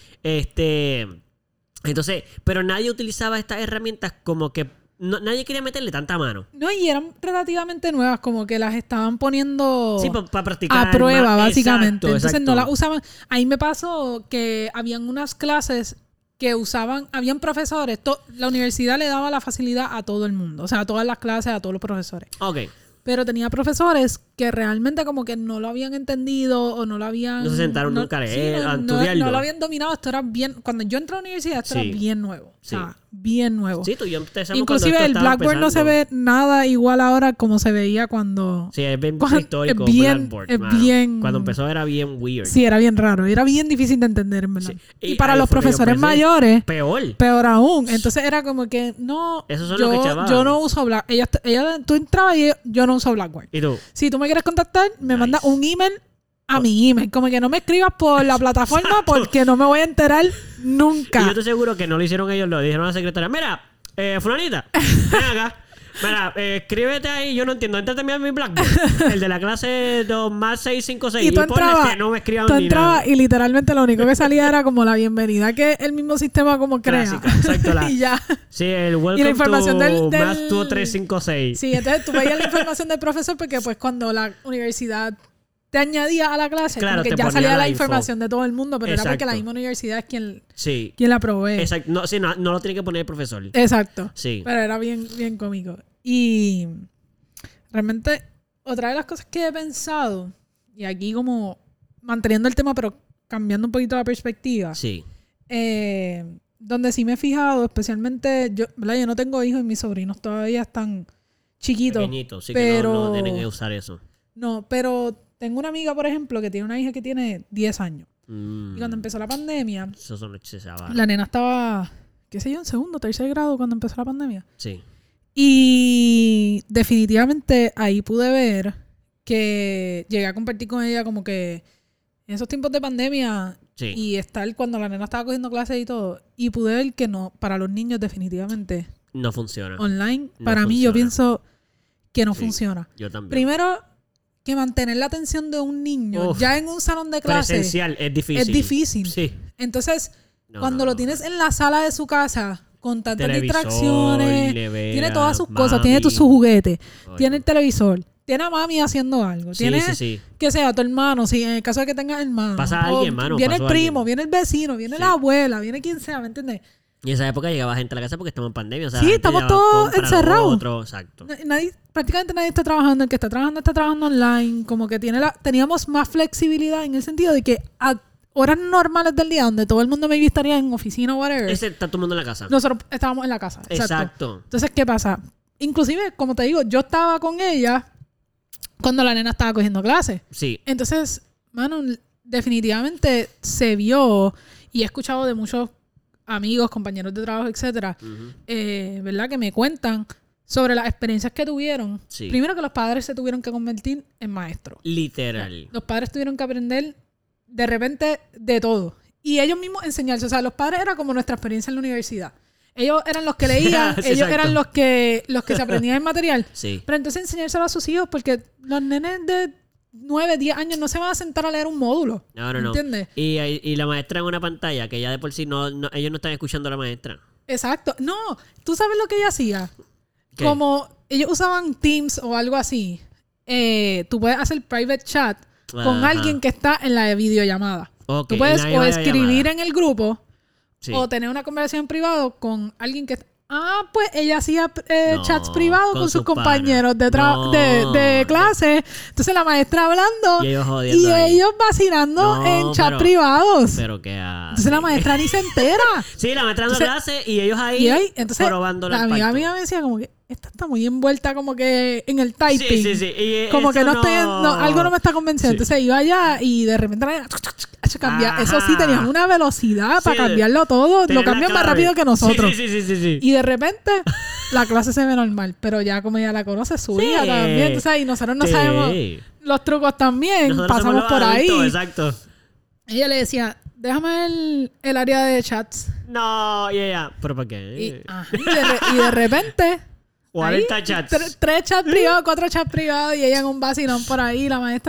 Entonces, pero nadie utilizaba estas herramientas como que... nadie quería meterle tanta mano. No, y eran relativamente nuevas, como que las estaban poniendo... Sí, para practicar. A prueba, básicamente. Exacto, Entonces no las usaban... Ahí me pasó que habían unas clases que usaban... Habían profesores... La universidad le daba la facilidad a todo el mundo. O sea, a todas las clases, a todos los profesores. Ok. Pero tenía profesores que realmente como que no lo habían entendido o no lo habían... No se sentaron nunca a leer, a estudiarlo. No lo habían dominado. Esto era bien... Cuando yo entré a la universidad, esto era bien nuevo. Sí. O sea, bien nuevo. Sí, tú y yo empezamos inclusive el Blackboard no se ve nada igual ahora como se veía cuando... Sí, es bien histórico. Blackboard. Es bien... Cuando empezó era bien weird. Sí, era bien raro. Era bien difícil de entender, en verdad. Sí. Y para los fue profesores mayores... Peor aún. Entonces era como que... No, esos son los que chavaban. yo no uso Blackboard. Tú entrabas y yo no uso Blackboard. ¿Y tú? Si tú me quieres contactar, me mandas un email a mi email. Como que no me escribas por la plataforma porque no me voy a enterar nunca. Y yo estoy seguro que no lo hicieron ellos, lo dijeron a la secretaria. Mira, fulanita, ven acá. Mira, escríbete ahí, yo no entiendo. Entrate a mi Blackboard. El de la clase 2 más 656. Y tú entrabas, que no me escriban ni nada. Y literalmente lo único que salía era como la bienvenida que el mismo sistema como crea. Clásica, exacto. Y ya. Sí, el welcome y la información to del más 2356. Sí, entonces tú veías la información del profesor porque pues cuando la universidad te añadía a la clase, claro, como que ya salía la información de todo el mundo, pero era porque la misma universidad es quien la provee. Exacto. No lo tiene que poner el profesor. Exacto. Sí. Pero era bien, bien cómico. Y realmente, otra de las cosas que he pensado, y aquí como manteniendo el tema, pero cambiando un poquito la perspectiva. Sí. Donde sí me he fijado, especialmente, yo no tengo hijos y mis sobrinos todavía están chiquitos. Pequeñitos, sí, pero, que no tienen que usar eso. No, pero tengo una amiga, por ejemplo, que tiene una hija que tiene 10 años. Y cuando empezó la pandemia, la nena estaba, qué sé yo, en segundo, tercer grado cuando empezó la pandemia. Sí. Y definitivamente ahí pude ver que llegué a compartir con ella como que en esos tiempos de pandemia y estar cuando la nena estaba cogiendo clases y todo, y pude ver que no, para los niños definitivamente no funciona. Online, para mí yo pienso que no funciona. Yo también. Primero, que mantener la atención de un niño ya en un salón de clases presencial es difícil. Es difícil. Sí. Entonces, Cuando lo tienes en la sala de su casa, con tantas Televisor, distracciones, nevera, tiene todas sus mami. cosas, tiene sus juguetes, Oye. tiene el televisor, tiene a mami haciendo algo, Sí, tiene, sí. que sea, tu hermano, si en el caso de que tengas hermano. Pasa o alguien, mano, viene pasó el primo, alguien. viene el vecino, viene Sí. la abuela, viene quien sea, ¿me entiendes? Y en esa época llegaba gente a la casa porque estamos en pandemia. O sea, Sí, la gente estamos llegaba, todos compra lo encerrados. otro, exacto. Prácticamente nadie está trabajando. El que está trabajando online. Como que teníamos más flexibilidad en el sentido de que a horas normales del día, donde todo el mundo maybe estaría en oficina o whatever, Ese está todo el mundo en la casa. nosotros estábamos en la casa. Exacto. Entonces, ¿qué pasa? Inclusive, como te digo, yo estaba con ella cuando la nena estaba cogiendo clases. Sí. Entonces, mano, definitivamente se vio y he escuchado de muchos amigos, compañeros de trabajo, etcétera, ¿verdad? Que me cuentan sobre las experiencias que tuvieron. Sí. Primero que los padres se tuvieron que convertir en maestros. Literal. Los padres tuvieron que aprender de repente de todo. Y ellos mismos enseñarse. O sea, los padres era como nuestra experiencia en la universidad. Ellos eran los que leían, Sí, ellos exacto. eran los que se aprendían el material. Sí. Pero entonces enseñárselo a sus hijos porque los nenes de 9, 10 años no se van a sentar a leer un módulo. No. ¿Entiendes? Y la maestra en una pantalla que ya de por sí ellos no están escuchando a la maestra. Exacto. No, tú sabes lo que ella hacía. ¿Qué? Como ellos usaban Teams o algo así, tú puedes hacer private chat con Ajá. alguien que está en la videollamada. Ok, Tú puedes en la o videollamada. escribir en el grupo Sí. o tener una conversación en privado con alguien que... Ah, pues ella hacía No, chats privados con sus panas. compañeros de No. clase. Entonces la maestra hablando Y ellos jodiendo y ahí. ellos vacilando No, en chats pero- privados. Pero qué hace. Entonces la maestra ni se entera. Sí, la maestra dando Entonces- clase y ellos ahí, Y ahí, entonces, probando la amiga mía me decía como que esta está muy envuelta como que en el typing. Sí. Y Como que eso no estoy, algo no me está convenciendo. Sí. Entonces iba allá y de repente cambiar. Ajá. Eso sí, tenían una velocidad para Sí, cambiarlo todo. tener Lo cambian la más clave. rápido que nosotros. Sí. Y de repente la clase se ve normal. Pero ya como ella la conoce, su Sí. hija también. Entonces, y nosotros no Sí. sabemos los trucos también. Nosotros Pasamos somos los por adultos, ahí. Exacto. Ella le decía, déjame el área de chats. No, y ella, ¿pero para Y, qué? ajá, y de repente... 40 ahí, chats. 3 chats privados, 4 chats privados y ella en un vacilón por ahí, la maestra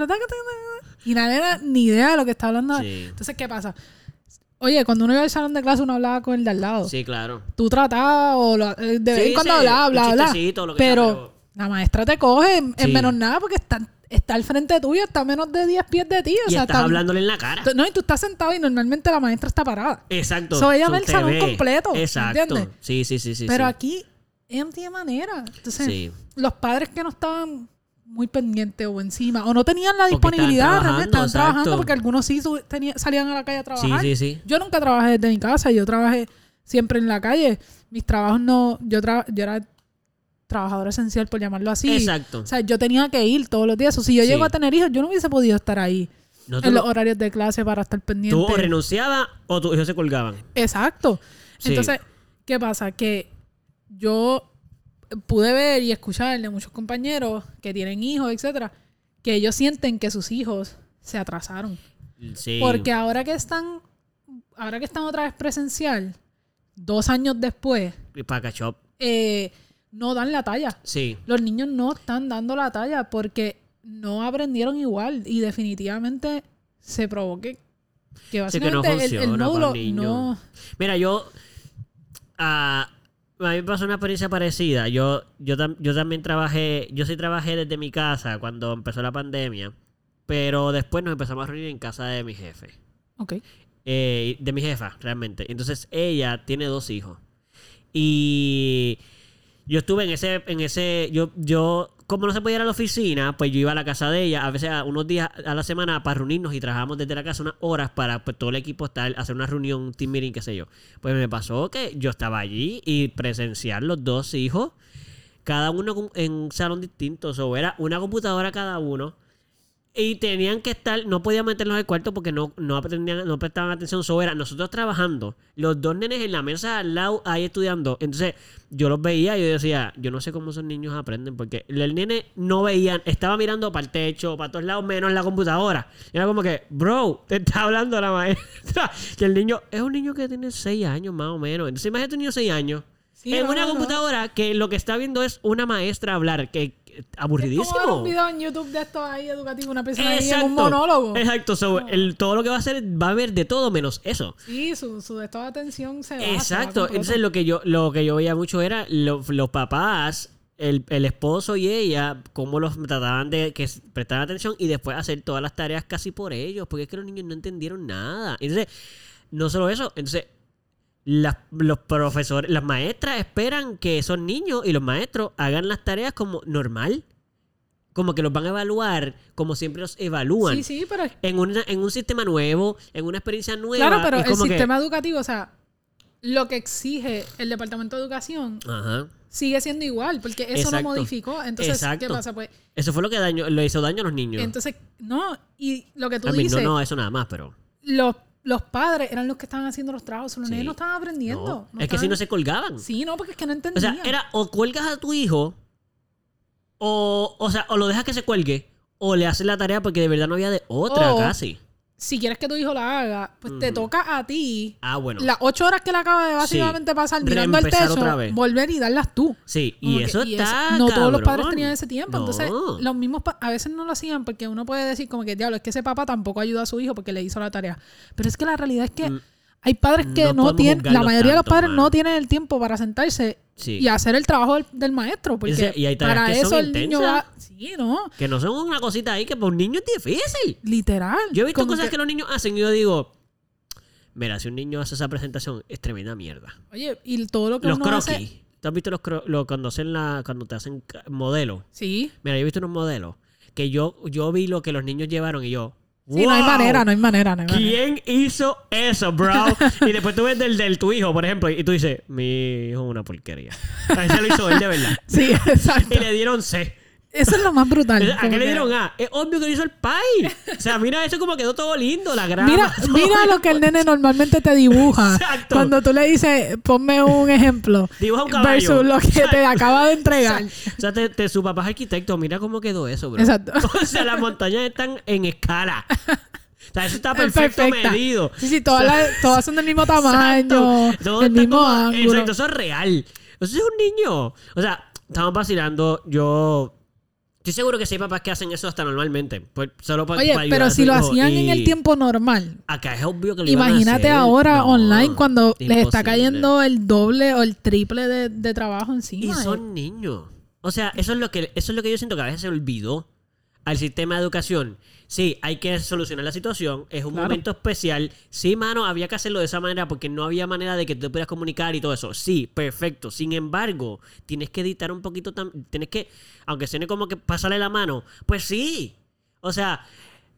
y la nena ni idea de lo que está hablando. Sí. Entonces, ¿qué pasa? Oye, cuando uno iba al salón de clase uno hablaba con el de al lado. Sí, claro. Tú tratabas o de vez en cuando sí, hablabas, un bla, bla. chistecito, lo que sea, Pero la maestra te coge en Sí. menos nada porque está al frente tuyo, está a menos de 10 pies de ti. O Y sea, estás hablándole en la cara. No, y tú estás sentado y normalmente la maestra está parada. Exacto. So, ella ve el te salón ve. completo, Exacto. ¿entiendes? Sí. Pero sí. aquí ella no tiene manera. Entonces, Sí. los padres que no estaban muy pendientes o encima, o no tenían la Porque disponibilidad, estaban realmente estaban trabajando, trabajando, exacto. porque algunos sí salían a la calle a trabajar. Sí. Yo nunca trabajé desde mi casa, yo trabajé siempre en la calle. Mis trabajos no, yo era trabajadora esencial, por llamarlo así. Exacto. O sea, yo tenía que ir todos los días. O si yo Sí. llego a tener hijos, yo no hubiese podido estar ahí Nosotros en los horarios de clase para estar pendiente. Tú o renunciabas o tus hijos se colgaban. Exacto. Sí. Entonces, ¿qué pasa? Que yo pude ver y escuchar de muchos compañeros que tienen hijos, etcétera, que ellos sienten que sus hijos se atrasaron. Sí. Porque ahora que están otra vez presencial, 2 años después, Para catch up. no dan la talla. Sí. Los niños no están dando la talla porque no aprendieron igual y definitivamente se probó que Sí, que no básicamente el funciona para módulo los niños. no... Mira, a mí me pasó una experiencia parecida. Yo también trabajé desde mi casa cuando empezó la pandemia, pero después nos empezamos a reunir en casa de mi jefe. Ok. De mi jefa, realmente. Entonces, ella tiene 2 hijos. Y yo estuve yo como no se podía ir a la oficina, pues yo iba a la casa de ella, a veces unos días a la semana para reunirnos y trabajábamos desde la casa unas horas para pues, todo el equipo hacer una reunión, un team meeting, qué sé yo. Pues me pasó que yo estaba allí y presenciar los 2 hijos, cada uno en un salón distinto. O era una computadora cada uno. Y tenían que estar, no podían meterlos al cuarto porque no prestaban atención. Era nosotros trabajando, los 2 nenes en la mesa al lado ahí estudiando. Entonces yo los veía y yo decía, yo no sé cómo esos niños aprenden, porque el nene no veía, estaba mirando para el techo, para todos lados, menos la computadora. Y era como que, bro, te está hablando la maestra. Que el niño es un niño que tiene 6 años más o menos. Entonces imagínate un niño de 6 años. Sí, en no, una no. computadora que lo que está viendo es una maestra hablar, que aburridísimo. Es como ver un video en YouTube de esto ahí educativo, una persona ahí en Exacto. un monólogo. Exacto. So, todo lo que va a hacer va a ver de todo menos eso. Sí, su estado de atención se va. Exacto. completo. Entonces lo que yo veía mucho era los papás, el esposo y ella, cómo los trataban de que prestaran atención y después hacer todas las tareas casi por ellos, porque es que los niños no entendieron nada. Entonces, no solo eso, entonces los profesores, las maestras esperan que esos niños y los maestros hagan las tareas como normal. Como que los van a evaluar como siempre los evalúan. Sí, pero... En un sistema nuevo, en una experiencia nueva. Claro, pero es el como sistema educativo, o sea, lo que exige el Departamento de Educación Ajá. sigue siendo igual, porque eso Exacto. no modificó. Entonces, Exacto. ¿qué pasa? Pues, Eso fue lo que le hizo daño a los niños. entonces, no, y lo que tú A mí, dices, no, eso nada más, pero... los padres eran los que estaban haciendo los trabajos, los Sí. niños no estaban aprendiendo. No, es que si no se colgaban. Sí, no, porque es que no O entendían. sea, era o cuelgas a tu hijo, o lo dejas que se cuelgue, o le haces la tarea porque de verdad no había de otra O- casi. Si quieres que tu hijo la haga, pues te toca a ti Ah, bueno. las 8 horas que le acaba de básicamente pasar mirando al Reempezar techo, otra vez. volver y darlas tú. Sí, Como y que- eso está no todos los padres cabrón. tenían ese tiempo. No. Entonces, los mismos a veces no lo hacían porque uno puede decir como que, diablo, es que ese papá tampoco ayudó a su hijo porque le hizo la tarea. Pero es que la realidad es que hay padres que no no podemos tienen, la juzgarlos mayoría de los tanto, padres mano. no tienen el tiempo para sentarse Sí. y hacer el trabajo del maestro. Porque Y hay tareas para que son eso el niño intensas. va... Sí, ¿no? Que no son una cosita ahí que para un niño es difícil. Literal. Yo he visto Como cosas que los niños hacen y yo digo, mira, si un niño hace esa presentación, es tremenda mierda. Oye, y todo lo que Los uno croquis. hace... ¿Tú has visto cuando te hacen modelos? Sí. Mira, yo he visto unos modelos que yo vi lo que los niños llevaron y yo, Sí, no hay ¡wow! manera, no hay manera. ¿Quién hizo eso, bro? Y después tú ves del tu hijo, por ejemplo, y tú dices, mi hijo es una porquería. A ese lo hizo él de verdad. Sí, exacto. Y le dieron C. Eso es lo más brutal. ¿A como qué le que- dieron A? Es obvio que lo hizo el pai. O sea, mira eso como quedó todo lindo, la grama. todo. Mira lo que el nene normalmente te dibuja. Exacto. Cuando tú le dices, ponme un ejemplo. Dibuja un caballo. Versus lo que te acaba de entregar. O sea, su papá es arquitecto. Mira cómo quedó eso, bro. Exacto. O sea, las montañas están en escala. O sea, eso está Es perfecto perfecta. medido. Sí, todas son del mismo tamaño, Exacto. Todo el está mismo como- ángulo. Exacto, eso es real. Eso es un niño. O sea, estamos vacilando. Yo estoy seguro que sí hay papás que hacen eso hasta normalmente. Pues, solo para Oye, ayudar pero a si su lo hijo. hacían en Y el tiempo normal. acá es obvio que lo iban a Imagínate hacer. ahora No, online cuando les está imposible. cayendo el doble o el triple de trabajo encima. Y son niños. O sea, eso es lo que yo siento que a veces se olvidó al sistema de educación. Sí, hay que solucionar la situación. Es un Claro. momento especial. Sí, mano, había que hacerlo de esa manera porque no había manera de que tú te pudieras comunicar y todo eso. Sí, perfecto. Sin embargo, tienes que editar un poquito tienes que, aunque suene como que pasarle la mano, pues sí. O sea,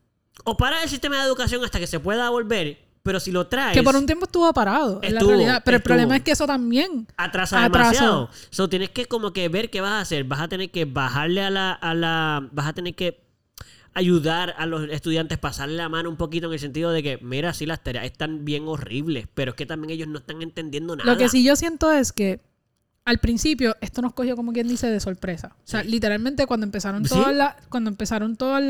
o para el sistema de educación hasta que se pueda volver, pero si lo traes... Que por un tiempo estuvo parado, en la Estuvo, realidad. Pero el estuvo. problema es que eso también atrasa atrasó. demasiado. So, tienes que como que ver qué vas a hacer. Vas a tener que bajarle vas a tener que ayudar a los estudiantes, pasarle la mano un poquito en el sentido de que, mira, sí, las tareas están bien horribles, pero es que también ellos no están entendiendo nada. Lo que sí yo siento es que al principio esto nos cogió como quien dice de sorpresa. O sea, Sí. literalmente cuando empezaron ¿Sí? todas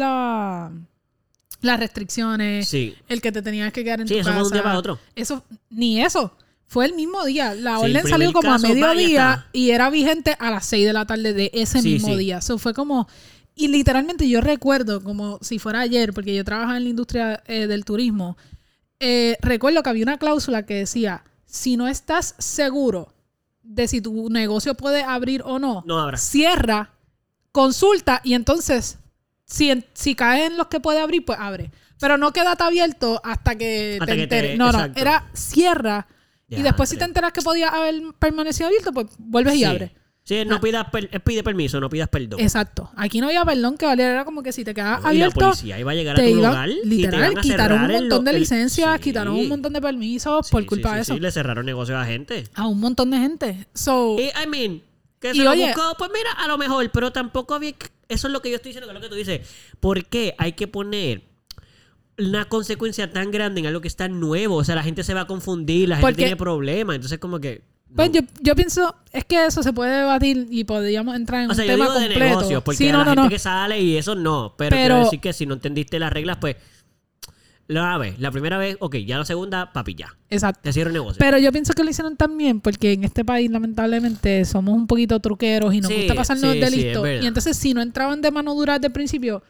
las restricciones, Sí. el que te tenías que quedar en Sí, tu eso casa. fue de un día para otro. Eso, ni eso. Fue el mismo día. La Sí, el orden primer salió como a caso, va, ya mediodía está. y era vigente a las 6 de la tarde de ese Sí, mismo sí. día. Eso fue como... Y literalmente yo recuerdo como si fuera ayer, porque yo trabajaba en la industria del turismo, recuerdo que había una cláusula que decía, si no estás seguro de si tu negocio puede abrir o no, No habrá. cierra, consulta y entonces, si caen los que puede abrir, pues abre. Pero no quédate abierto hasta que Hasta te que enteres. te- No, exacto. era cierra. Ya, Y después si te hombre. enteras que podía haber permanecido abierto, pues vuelves y Sí. abres. Sí, no pidas pide permiso, no pidas perdón. Exacto. Aquí no había perdón que valiera. Era como que si te quedabas No, y la abierto, policía iba a llegar a te tu iban, lugar y te literal, iban a quitaron un cerrar montón de licencias, sí. quitaron un montón de permisos por Sí, culpa sí, de sí, eso. sí, le cerraron negocios a gente. A un montón de gente. So, Y, I mean, que Y se lo oye- buscó, pues mira, a lo mejor, pero tampoco había... Eso es lo que yo estoy diciendo, que es lo que tú dices. ¿Por qué hay que poner una consecuencia tan grande en algo que está nuevo? O sea, la gente se va a confundir, la gente Porque- tiene problemas, entonces como que... pues no. yo pienso, es que eso se puede debatir y podríamos entrar en O sea, un yo tema digo de completo. negocios, porque Sí, la no, gente no. que sale y eso no. Pero Pero- quiero decir que si no entendiste las reglas, pues... La primera vez, ok, ya la segunda, papi, ya. Exacto. Te cierro el negocio. Pero yo pienso que lo hicieron también porque en este país, lamentablemente, somos un poquito truqueros y nos gusta pasarnos de listo. Y entonces, si no entraban de mano dura desde el principio,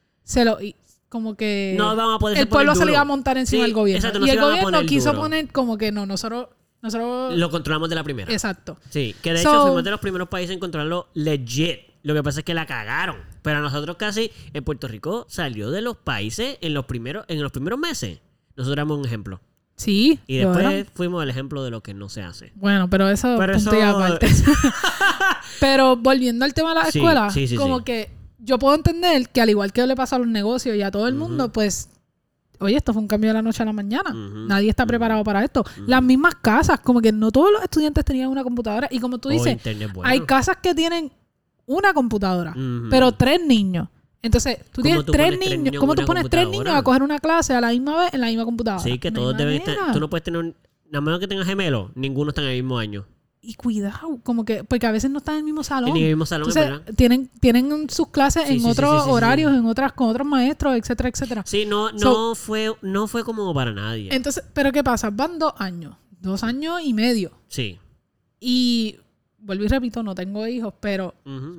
como que no vamos a poder el pueblo se le iba a montar encima del gobierno. Exacto, no y se el iban a gobierno poner quiso duro. poner como que no, nosotros lo controlamos de la primera. Exacto. Sí, que de hecho fuimos de los primeros países en controlarlo legit. Lo que pasa es que la cagaron. Pero a nosotros casi, en Puerto Rico, salió de los países en los primeros meses. Nosotros éramos un ejemplo. Sí. Y después fuimos el ejemplo de lo que no se hace. Bueno, pero eso punto y aparte. Pero volviendo al tema de la escuela, como que yo puedo entender que al igual que le pasa a los negocios y a todo el mundo, pues, oye, esto fue un cambio de la noche a la mañana. Nadie está preparado para esto. Las mismas casas, como que no todos los estudiantes tenían una computadora. Y como tú dices, hay casas que tienen una computadora, pero 3 niños. Entonces, tú tienes 3 niños. ¿Cómo tú pones 3 niños a coger una clase a la misma vez en la misma computadora? Sí, que todos deben estar. Tú no puedes tener. Nada menos que tengas gemelos, ninguno está en el mismo año. Y cuidado, como que, porque a veces no están en el mismo salón. En el mismo salón, entonces, tienen sus clases en otros horarios, con otros maestros, etcétera, etcétera. Sí, no fue como para nadie. Entonces, ¿pero qué pasa? Van 2 años, 2 años y medio. Sí. Y vuelvo y repito, no tengo hijos, pero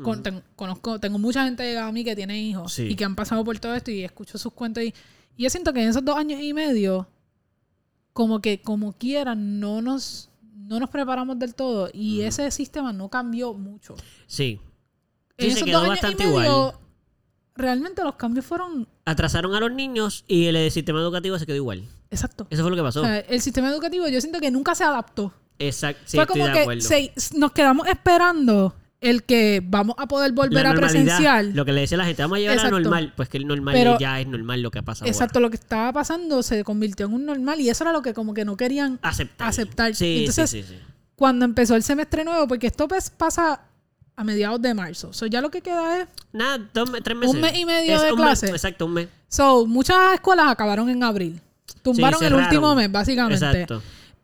tengo mucha gente llegada a mí que tiene hijos y que han pasado por todo esto y escucho sus cuentos y yo siento que en esos 2 años y medio, como que como quieran, no nos preparamos del todo y ese sistema no cambió mucho. Sí. En se esos quedó 2 años bastante y medio, igual. Realmente los cambios fueron... Atrasaron a los niños y el sistema educativo se quedó igual. Exacto. Eso fue lo que pasó. O sea, el sistema educativo yo siento que nunca se adaptó. Exacto. Sí, fue como estoy de acuerdo. que nos quedamos esperando el que vamos a poder volver a presencial. Lo que le decía a la gente, vamos a llegar a normal. Pues que el normal ya es normal lo que ha pasado. Exacto, lo que estaba pasando se convirtió en un normal y eso era lo que como que no querían aceptar. Sí, entonces, sí. Cuando empezó el semestre nuevo, porque esto pasa a mediados de marzo. Ya lo que queda es... Nada, 3 meses. 1 mes y medio de clase. Exacto, 1 mes. Muchas escuelas acabaron en abril. Tumbaron el último mes, básicamente. Exacto.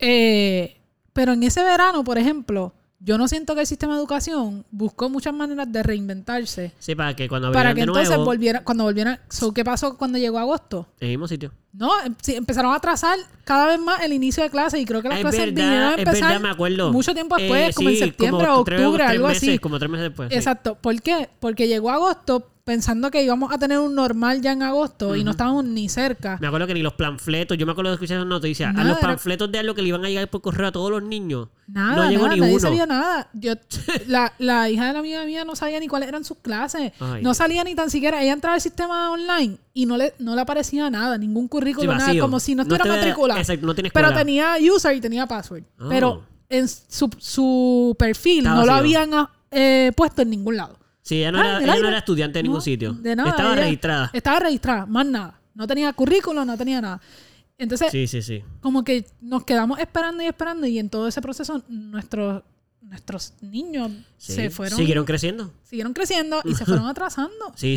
Pero en ese verano, por ejemplo, yo no siento que el sistema de educación buscó muchas maneras de reinventarse. Sí, para que cuando entonces volvieran... ¿Qué pasó cuando llegó agosto? En el mismo sitio. No, empezaron a atrasar cada vez más el inicio de clase y creo que las clases vinieron a empezar verdad, me acuerdo. mucho tiempo después, como en septiembre o octubre, algo así. Como 3 meses después. Exacto. ¿Por qué? Porque llegó agosto pensando que íbamos a tener un normal ya en agosto y no estábamos ni cerca. Me acuerdo que ni los panfletos, yo me acuerdo de escuchar esas noticias, a los panfletos de algo que le iban a llegar por correo a todos los niños. No llegó ni nadie uno. sabía nada. La hija de la amiga mía no sabía ni cuáles eran sus clases. No salía ni tan siquiera. Ella entraba al sistema online y no le aparecía nada, ningún currículum, nada, como si no estuviera matriculada. Exacto, no tiene escuela. Pero tenía user y tenía password. Pero en su perfil no lo habían puesto en ningún lado. Sí, ella no era estudiante de ningún sitio. De nada. Estaba registrada. Estaba registrada, más nada. No tenía currículum, no tenía nada. Entonces, sí. Como que nos quedamos esperando y en todo ese proceso nuestros niños se fueron... Siguieron creciendo y se fueron atrasando. Sí.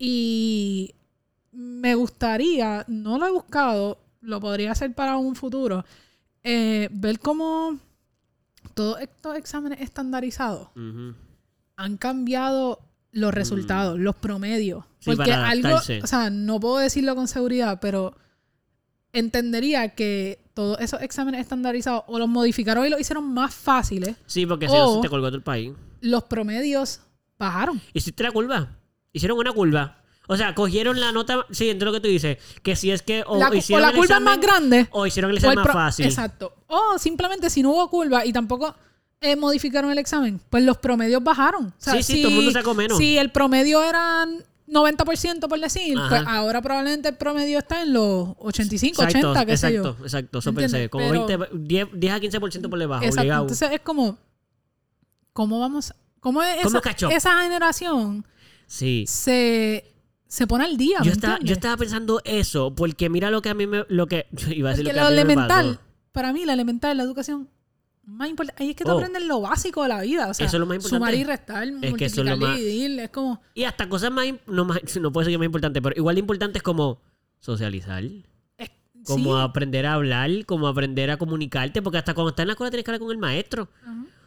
Y me gustaría, no lo he buscado, lo podría hacer para un futuro, ver cómo todos estos exámenes estandarizados han cambiado los resultados, los promedios. Sí, porque algo, o sea, no puedo decirlo con seguridad, pero entendería que todos esos exámenes estandarizados o los modificaron y los hicieron más fáciles. Sí, porque si no se te colgó todo el país. Los promedios bajaron. Hiciste la curva. Hicieron una curva. O sea, cogieron la nota... Sí, entiendo lo que tú dices. Que si es que... O la curva es más grande. O hicieron el examen más fácil. Exacto. O simplemente si no hubo curva y tampoco modificaron el examen, pues los promedios bajaron. O sea, sí, todo el mundo sacó menos. Si el promedio era 90% por decir, pues ahora probablemente el promedio está en los 85, 80, qué sé yo. Exacto. Eso pensé. Como 10 a 15% por debajo. Exacto. Obligado. Entonces es como... ¿Cómo es esa generación se pone al día? Yo estaba pensando eso, porque mira lo que a mí me... iba a decir porque lo que a mí elemental, me pasó. Para mí, la elemental, la educación más importante. Ahí es que tú aprendes lo básico de la vida. O sea, eso es lo más importante. Sumar y restar, multiplicar y dividir. Es como... Y hasta cosas no puedo decir que más importante, pero igual de importante es como socializar. Como aprender a hablar, como aprender a comunicarte, porque hasta cuando estás en la escuela tienes que hablar con el maestro.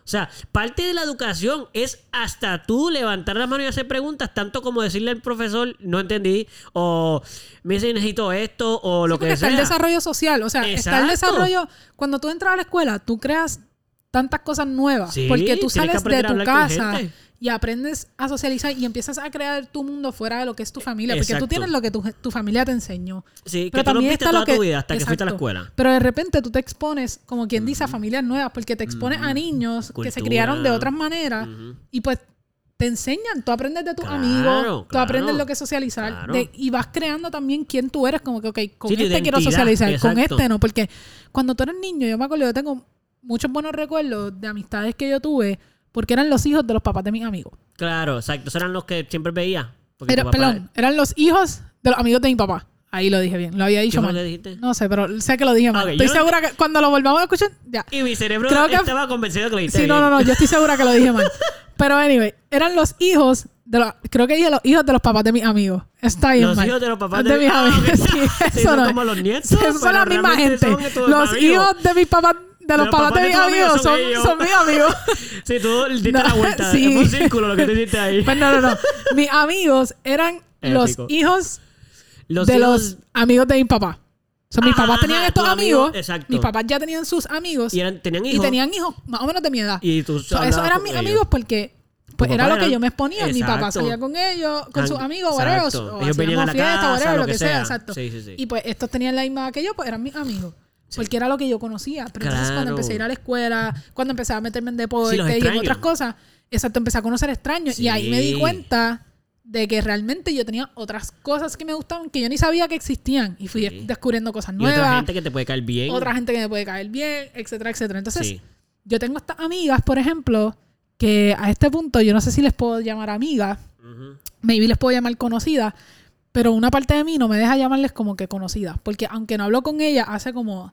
O sea, parte de la educación es hasta tú levantar la mano y hacer preguntas, tanto como decirle al profesor, no entendí, o me dice necesito esto, o lo que sea. Está el desarrollo social, o sea, está el desarrollo... Cuando tú entras a la escuela, tú creas tantas cosas nuevas, Sí, porque tú tienes que sales de aprender a tu hablar con casa gente. y aprendes a socializar y empiezas a crear tu mundo fuera de lo que es tu familia, porque Exacto. tú tienes lo que tu familia te enseñó. Sí, Pero que tú lo también viste está lo toda que... tu vida hasta que fuiste a la Exacto. escuela. Pero de repente tú te expones, como quien dice, a familias nuevas, porque te expones a niños que se Cultura. criaron de otras maneras Ujú. y pues te enseñan, tú aprendes de tus Claro, amigos, tú claro. aprendes lo que es socializar Claro. y vas creando también quién tú eres, como que, ok, con Sí, tu este quiero identidad, socializar, con exacto. este no, porque cuando tú eres niño, yo me acuerdo, yo tengo muchos buenos recuerdos de amistades que yo tuve, porque eran los hijos de los papás de mis amigos. Claro, exacto. Esos eran los que siempre veía. Porque tu papá... Perdón, eran los hijos de los amigos de mi papá. Ahí lo dije bien, lo había ¿Qué dicho fue lo mal. que dijiste? No sé, pero sé que lo dije mal. Ok, Estoy yo no- segura que cuando lo volvamos a escuchar, ya. Y mi cerebro Creo que- estaba convencido de que lo dijiste Sí, bien. no, yo estoy segura que lo dije mal. Pero anyway, eran los hijos de los... Creo que dije los hijos de los papás de mis amigos. Está bien Los mal. hijos de los papás de mis amigos. ok. Sí, Sí, eso son no es. como los nietos. Sí, esos son pero la misma realmente gente. son tus Los amigos. hijos de mis papás... De los papás de mis tus amigos son ellos. mis amigos. Sí, tú diste No, la vuelta. sí. Es un círculo lo que tú hiciste ahí. Pues no. Mis amigos eran los Épico. hijos Los de hijos- los amigos de mi papá. O sea, mis Ajá, papás tenían ajá, estos tus amigos. exacto. Mis papás ya tenían sus amigos. Y tenían Y hijos. tenían hijos más o menos de mi edad. Y tú So, hablabas esos eran con mis ellos. amigos porque pues Tu era papá lo que era- yo me exponía. Mi papá Exacto. salía con ellos, con sus amigos, Exacto. whatever. O Ellos venían a la hacíamos fiesta, casa, whatever, lo que sea. Exacto. Sí. Y pues estos tenían la misma edad que yo, pues eran mis amigos. Sí. Porque era lo que yo conocía. Pero entonces Claro. cuando empecé a ir a la escuela, cuando empecé a meterme en Sí, deporte los y en extraños. otras cosas, exacto, empecé a conocer extraños. Y ahí me di Sí. cuenta de que realmente yo tenía otras cosas que me gustaban que yo ni sabía que existían. Y fui Sí. descubriendo cosas Y nuevas. otra gente que te puede caer bien. Otra gente que me puede caer bien, etcétera, etcétera. Entonces, Sí. yo tengo estas amigas, por ejemplo, que a este punto yo no sé si les puedo llamar amigas, Ujú. maybe les puedo llamar conocidas, pero una parte de mí no me deja llamarles como que conocidas, porque aunque no hablo con ellas hace como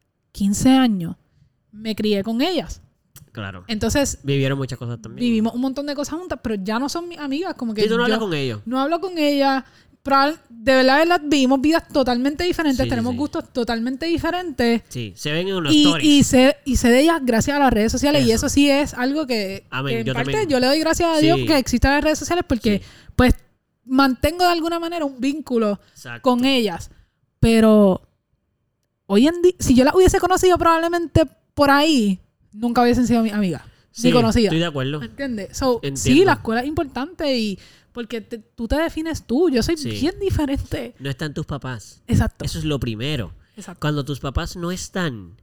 15 años, me crié con ellas. Claro. Entonces, Vivieron muchas cosas también. vivimos un montón de cosas juntas, pero ya no son mis amigas, como que Sí, tú no hablas yo con ellos. no hablo con ellas. De verdad, vivimos vidas totalmente diferentes, Sí, tenemos sí. gustos totalmente diferentes. Sí, se ven en unos Y stories. sé de ellas gracias a las redes sociales. Y Eso. eso sí es algo que, Amén, que en yo parte también. yo le doy gracias a Sí. Dios que existan las redes sociales porque Sí. pues mantengo de alguna manera un vínculo Exacto. con ellas. Pero hoy en día, si yo las hubiese conocido probablemente por ahí, nunca hubiesen sido mis amigas. Sí, Ni conocidas. Estoy de acuerdo. ¿Me entiendes? So, sí, Entiendo. la escuela es importante y porque tú te defines tú. Yo soy Sí. bien diferente. No están tus papás. Exacto. Eso es lo primero. Exacto. Cuando tus papás no están,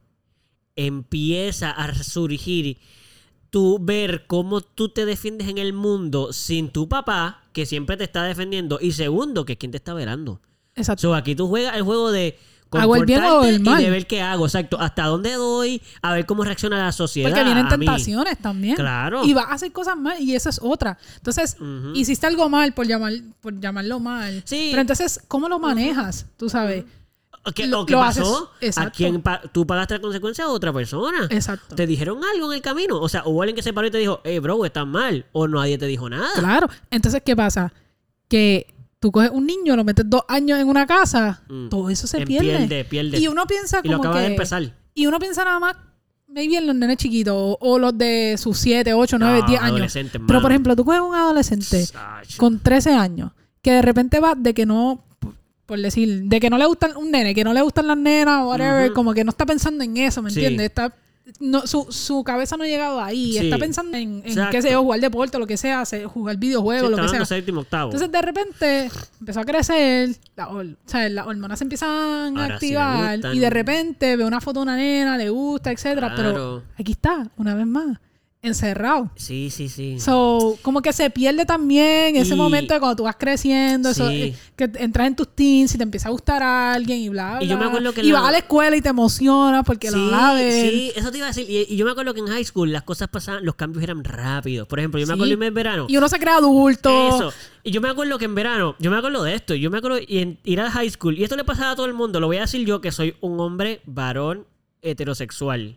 empieza a surgir tú ver cómo tú te defiendes en el mundo sin tu papá, que siempre te está defendiendo, y segundo, que es quien te está velando. Exacto. So, aquí tú juegas el juego de Hago el bien o el comportarte mal. y de ver qué hago, exacto, hasta dónde doy, a ver cómo reacciona la sociedad. Porque vienen a mí. tentaciones también. Claro. Y vas a hacer cosas mal y eso es otra. Entonces, Ujú. hiciste algo mal por llamarlo mal. Sí. Pero entonces, ¿cómo lo manejas? Tú sabes. ¿O qué lo pasó? haces- exacto. ¿A quién tú pagaste la consecuencia? A otra persona. Exacto. ¿Te dijeron algo en el camino? O sea, hubo alguien que se paró y te dijo, hey, bro, estás mal. O nadie te dijo nada. Claro. Entonces, ¿qué pasa? Que tú coges un niño, lo metes 2 años en una casa, todo eso se pierde. Pierde. Y uno piensa Y lo como acaba que... de empezar. Y uno piensa nada más, maybe en los nenes chiquitos o los de sus 7, 8, 9, 10 años. adolescentes, Pero, mano. por ejemplo, tú coges un adolescente Sach. con 13 años que de repente va de que no, por decir, de que no le gustan un nene, que no le gustan las nenas o whatever, Ujú. como que no está pensando en eso, ¿me Sí. entiendes? Su cabeza no ha llegado ahí, Sí. está pensando en Exacto. qué sé yo, jugar deporte, lo que sea, jugar videojuegos, lo que sea. Séptimo, octavo. Entonces, de repente, empezó a crecer, las hormonas se empiezan a Ahora sí le activar gustan. y de repente ve una foto de una nena, le gusta, etcétera, Claro. pero aquí está, una vez más, encerrado. Sí. So, como que se pierde también ese Y- momento de cuando tú vas creciendo, eso, Sí. que entras en tus teens y te empieza a gustar a alguien y bla, bla. Y yo me acuerdo que y la- vas a la escuela y te emocionas porque lo vas a ver. Sí, eso te iba a decir. Y yo me acuerdo que en high school las cosas pasaban, los cambios eran rápidos. Por ejemplo, yo me Sí. acuerdo irme en verano. Y uno se crea adulto. Eso. Y yo me acuerdo que en verano, yo me acuerdo de esto, yo me acuerdo ir a high school, y esto le pasaba a todo el mundo, lo voy a decir yo que soy un hombre varón heterosexual.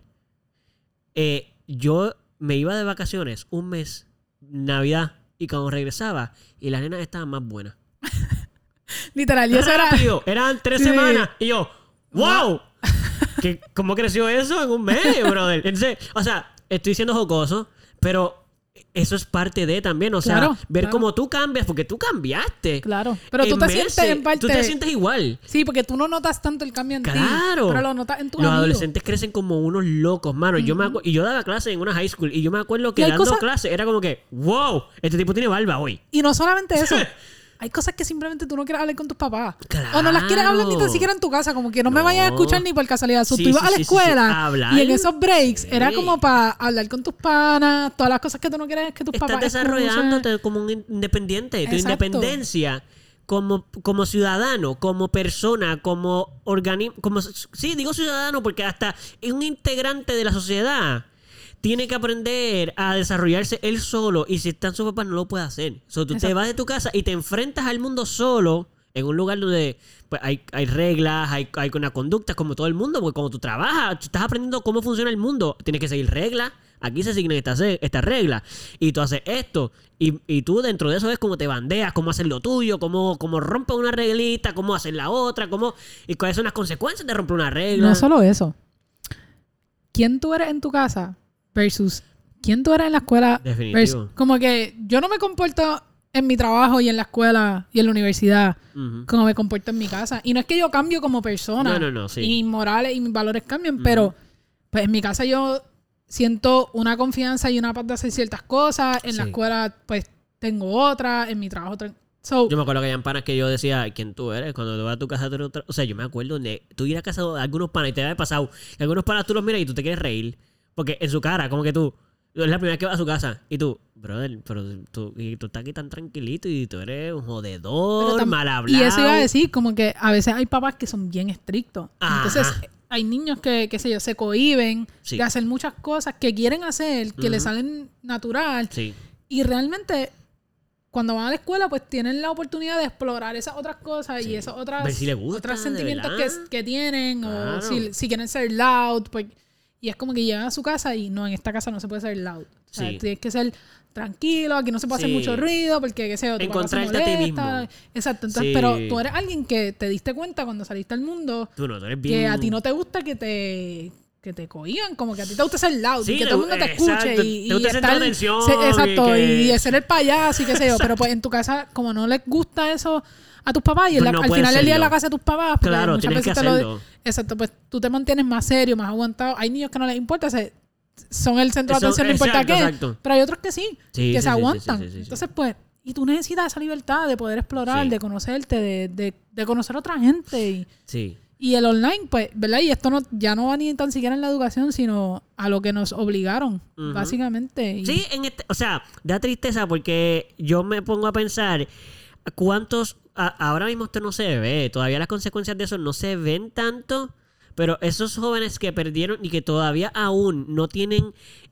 Yo me iba de vacaciones un mes, Navidad, y cuando regresaba, y las nenas estaban más buenas. Literal. Y eso era... Rápido, eran 3 Sí. semanas, y yo, ¡wow! ¿Cómo creció eso en un mes, brother? Entonces, o sea, estoy siendo jocoso, pero eso es parte de también, o sea, Claro, ver claro. cómo tú cambias, porque tú cambiaste. Claro. Pero tú te meses, sientes en parte... Tú te sientes igual. Sí, porque tú no notas tanto el cambio en ti. Claro. Pero lo notas en tus Los amigos. adolescentes crecen como unos locos, mano. Y yo daba clase en una high school y yo me acuerdo que Y hay dando cosas- clase era como que, wow, este tipo tiene barba hoy. Y no solamente eso. Hay cosas que simplemente tú no quieres hablar con tus papás. Claro. O no las quieres hablar ni tan siquiera en tu casa. Como que no me vayan a escuchar ni por casualidad. So, Sí, tú ibas sí, a la sí, escuela hablar. y en esos breaks Sí. era como para hablar con tus panas, todas las cosas que tú no quieres que tus Estás papás desarrollándote como un independiente. Tu Exacto. independencia como ciudadano, como persona, como organismo. Sí, digo ciudadano porque hasta un integrante de la sociedad tiene que aprender a desarrollarse él solo. Y si están sus papás, no lo puede hacer. So, tú te Exacto. vas de tu casa y te enfrentas al mundo solo en un lugar donde pues, hay reglas, hay una conducta como todo el mundo. Porque como tú trabajas, tú estás aprendiendo cómo funciona el mundo. Tienes que seguir reglas. Aquí se siguen estas reglas. Y tú haces esto. Y tú dentro de eso ves cómo te bandeas, cómo hacer lo tuyo, cómo rompes una reglita, cómo hacer la otra, y cuáles son las consecuencias de romper una regla. No solo eso. ¿Quién tú eres en tu casa versus quién tú eres en la escuela? Definitivo. Versus, como que yo no me comporto en mi trabajo y en la escuela y en la universidad Ujú. como me comporto en mi casa. Y no es que yo cambio como persona. No, sí. Y mis morales y mis valores cambian, pero pues en mi casa yo siento una confianza y una paz de hacer ciertas cosas. En la Sí. escuela pues tengo otra. En mi trabajo otra. So, Yo me acuerdo que había panas que yo decía, ¿quién tú eres? Cuando tú vas a tu casa, tú eres otra... O sea, yo me acuerdo de tú ir a casa de algunos panas y te había pasado que algunos panas tú los miras y tú te quieres reír. Porque en su cara, como que tú... Es la primera vez que vas a su casa. Y tú, brother, pero tú estás aquí tan tranquilito y tú eres un jodedor, mal hablado. y eso iba a decir, como que a veces hay papás que son bien estrictos. Ajá. Entonces, hay niños que, qué sé yo, se cohíben Sí. de hacer muchas cosas que quieren hacer, que les salen natural. Sí. Y realmente, cuando van a la escuela, pues tienen la oportunidad de explorar esas otras cosas Sí. y esos otras, Ver si les gusta, otros de sentimientos verdad. que tienen. Claro. O si quieren ser loud. Pues, y es como que llegan a su casa y no, en esta casa no se puede ser loud. O sea, Sí. tienes que ser tranquilo, aquí no se puede Sí. hacer mucho ruido porque, qué sé yo, tu papá se Encontrarte a ti molesta. mismo. Exacto. Entonces, Sí. pero tú eres alguien que te diste cuenta cuando saliste al mundo Tú eres bien... que a ti no te gusta que te cohiban, como que a ti te gusta ser loud Sí, y que todo el mundo te escuche exacto. y Te gusta estar sentar atención exacto, y que- y ser el payaso y qué sé yo, pero pues en tu casa como no les gusta eso a tus papás y Pues no al puedes final del día en la serlo. casa de tus papás, porque Claro, muchas tienes que veces te lo hacerlo. exacto, pues tú te mantienes más serio, más aguantado. Hay niños que no les importa, son el centro de atención, no importa qué, Exacto. pero hay otros que sí, Sí, que sí, se sí, aguantan. sí. Entonces pues y tú necesitas esa libertad de poder explorar, Sí. de conocerte, de conocer a otra gente Sí. y el online, pues, ¿verdad? Y esto ya no va ni tan siquiera en la educación, sino a lo que nos obligaron, Ujú. básicamente. Y- Sí, o sea, da tristeza porque yo me pongo a pensar cuántos... ahora mismo esto no se ve, todavía las consecuencias de eso no se ven tanto, pero esos jóvenes que perdieron y que todavía aún no tienen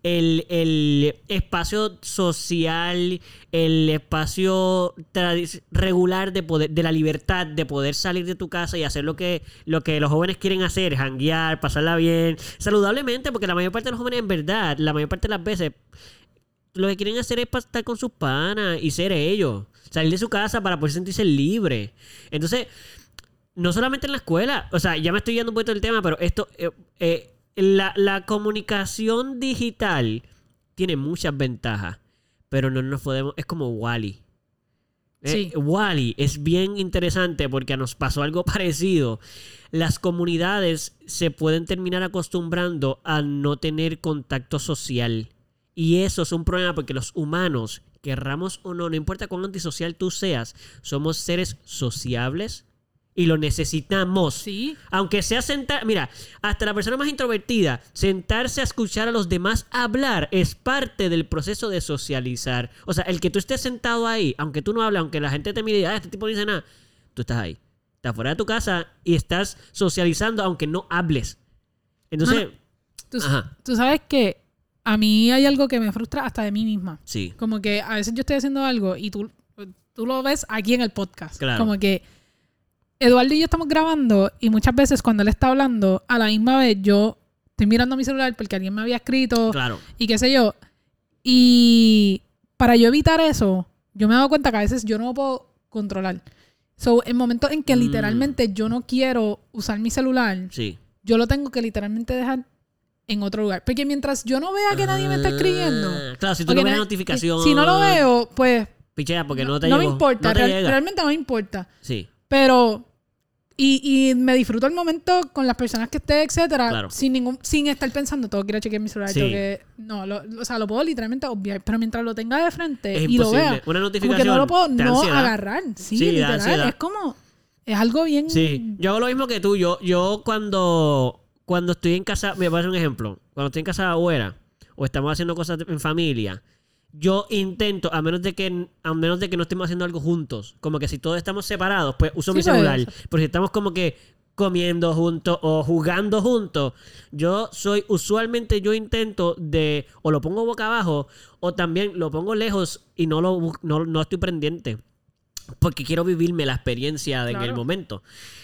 el espacio social, el espacio regular de poder, de la libertad de poder salir de tu casa y hacer lo que los jóvenes quieren hacer, janguear, pasarla bien, saludablemente, porque la mayor parte de los jóvenes en verdad, la mayor parte de las veces lo que quieren hacer es estar con sus panas y ser ellos. Salir de su casa para poder sentirse libre. Entonces, no solamente en la escuela. O sea, ya me estoy yendo un poquito del tema, pero esto... la comunicación digital tiene muchas ventajas. Pero no nos podemos... Es como Wall-E. Sí. Wall-E es bien interesante porque nos pasó algo parecido. Las comunidades se pueden terminar acostumbrando a no tener contacto social. Y eso es un problema porque los humanos, querramos o no, no importa cuán antisocial tú seas, somos seres sociables y lo necesitamos. Sí. Aunque sea sentar... Mira, hasta la persona más introvertida, sentarse a escuchar a los demás hablar es parte del proceso de socializar. O sea, el que tú estés sentado ahí, aunque tú no hables, aunque la gente te mire y diga, este tipo no dice nada, tú estás ahí. Estás fuera de tu casa y estás socializando aunque no hables. Entonces... Ajá. Tú sabes que a mí hay algo que me frustra hasta de mí misma. Sí. Como que a veces yo estoy haciendo algo y tú lo ves aquí en el podcast. Claro. Como que Eduardo y yo estamos grabando y muchas veces cuando él está hablando, a la misma vez yo estoy mirando mi celular porque alguien me había escrito Claro. y qué sé yo. Y para yo evitar eso, yo me he dado cuenta que a veces yo no lo puedo controlar. So, en momentos en que literalmente yo no quiero usar mi celular, Sí. yo lo tengo que literalmente dejar en otro lugar. Porque mientras yo no vea que nadie me está escribiendo... Claro, si tú no ves la notificación... Si no lo veo, pues... Pichea, porque no te No llegó, me importa. no te llega. Realmente no me importa. Sí. Pero... Y me disfruto el momento con las personas que esté, etcétera, Claro. sin estar pensando, tengo que ir a chequear mi celular, Sí. tengo que... No, o sea, lo puedo literalmente obviar, pero mientras lo tenga de frente Es y lo imposible. vea, Una como notificación que no lo puedo te da no ansiedad. agarrar. Sí, Sí, da literal. ansiedad. Es como... Es algo bien... Sí. Yo hago lo mismo que tú. Yo cuando estoy en casa... Me voy a hacer un ejemplo. Cuando estoy en casa de abuela o estamos haciendo cosas en familia... Yo intento, a menos de que no estemos haciendo algo juntos, como que si todos estamos separados, pues uso Sí, mi pues, celular. exacto. Pero si estamos como que comiendo juntos o jugando juntos, usualmente yo intento o lo pongo boca abajo, o también lo pongo lejos y no estoy pendiente. Porque quiero vivirme la experiencia en el Claro. momento.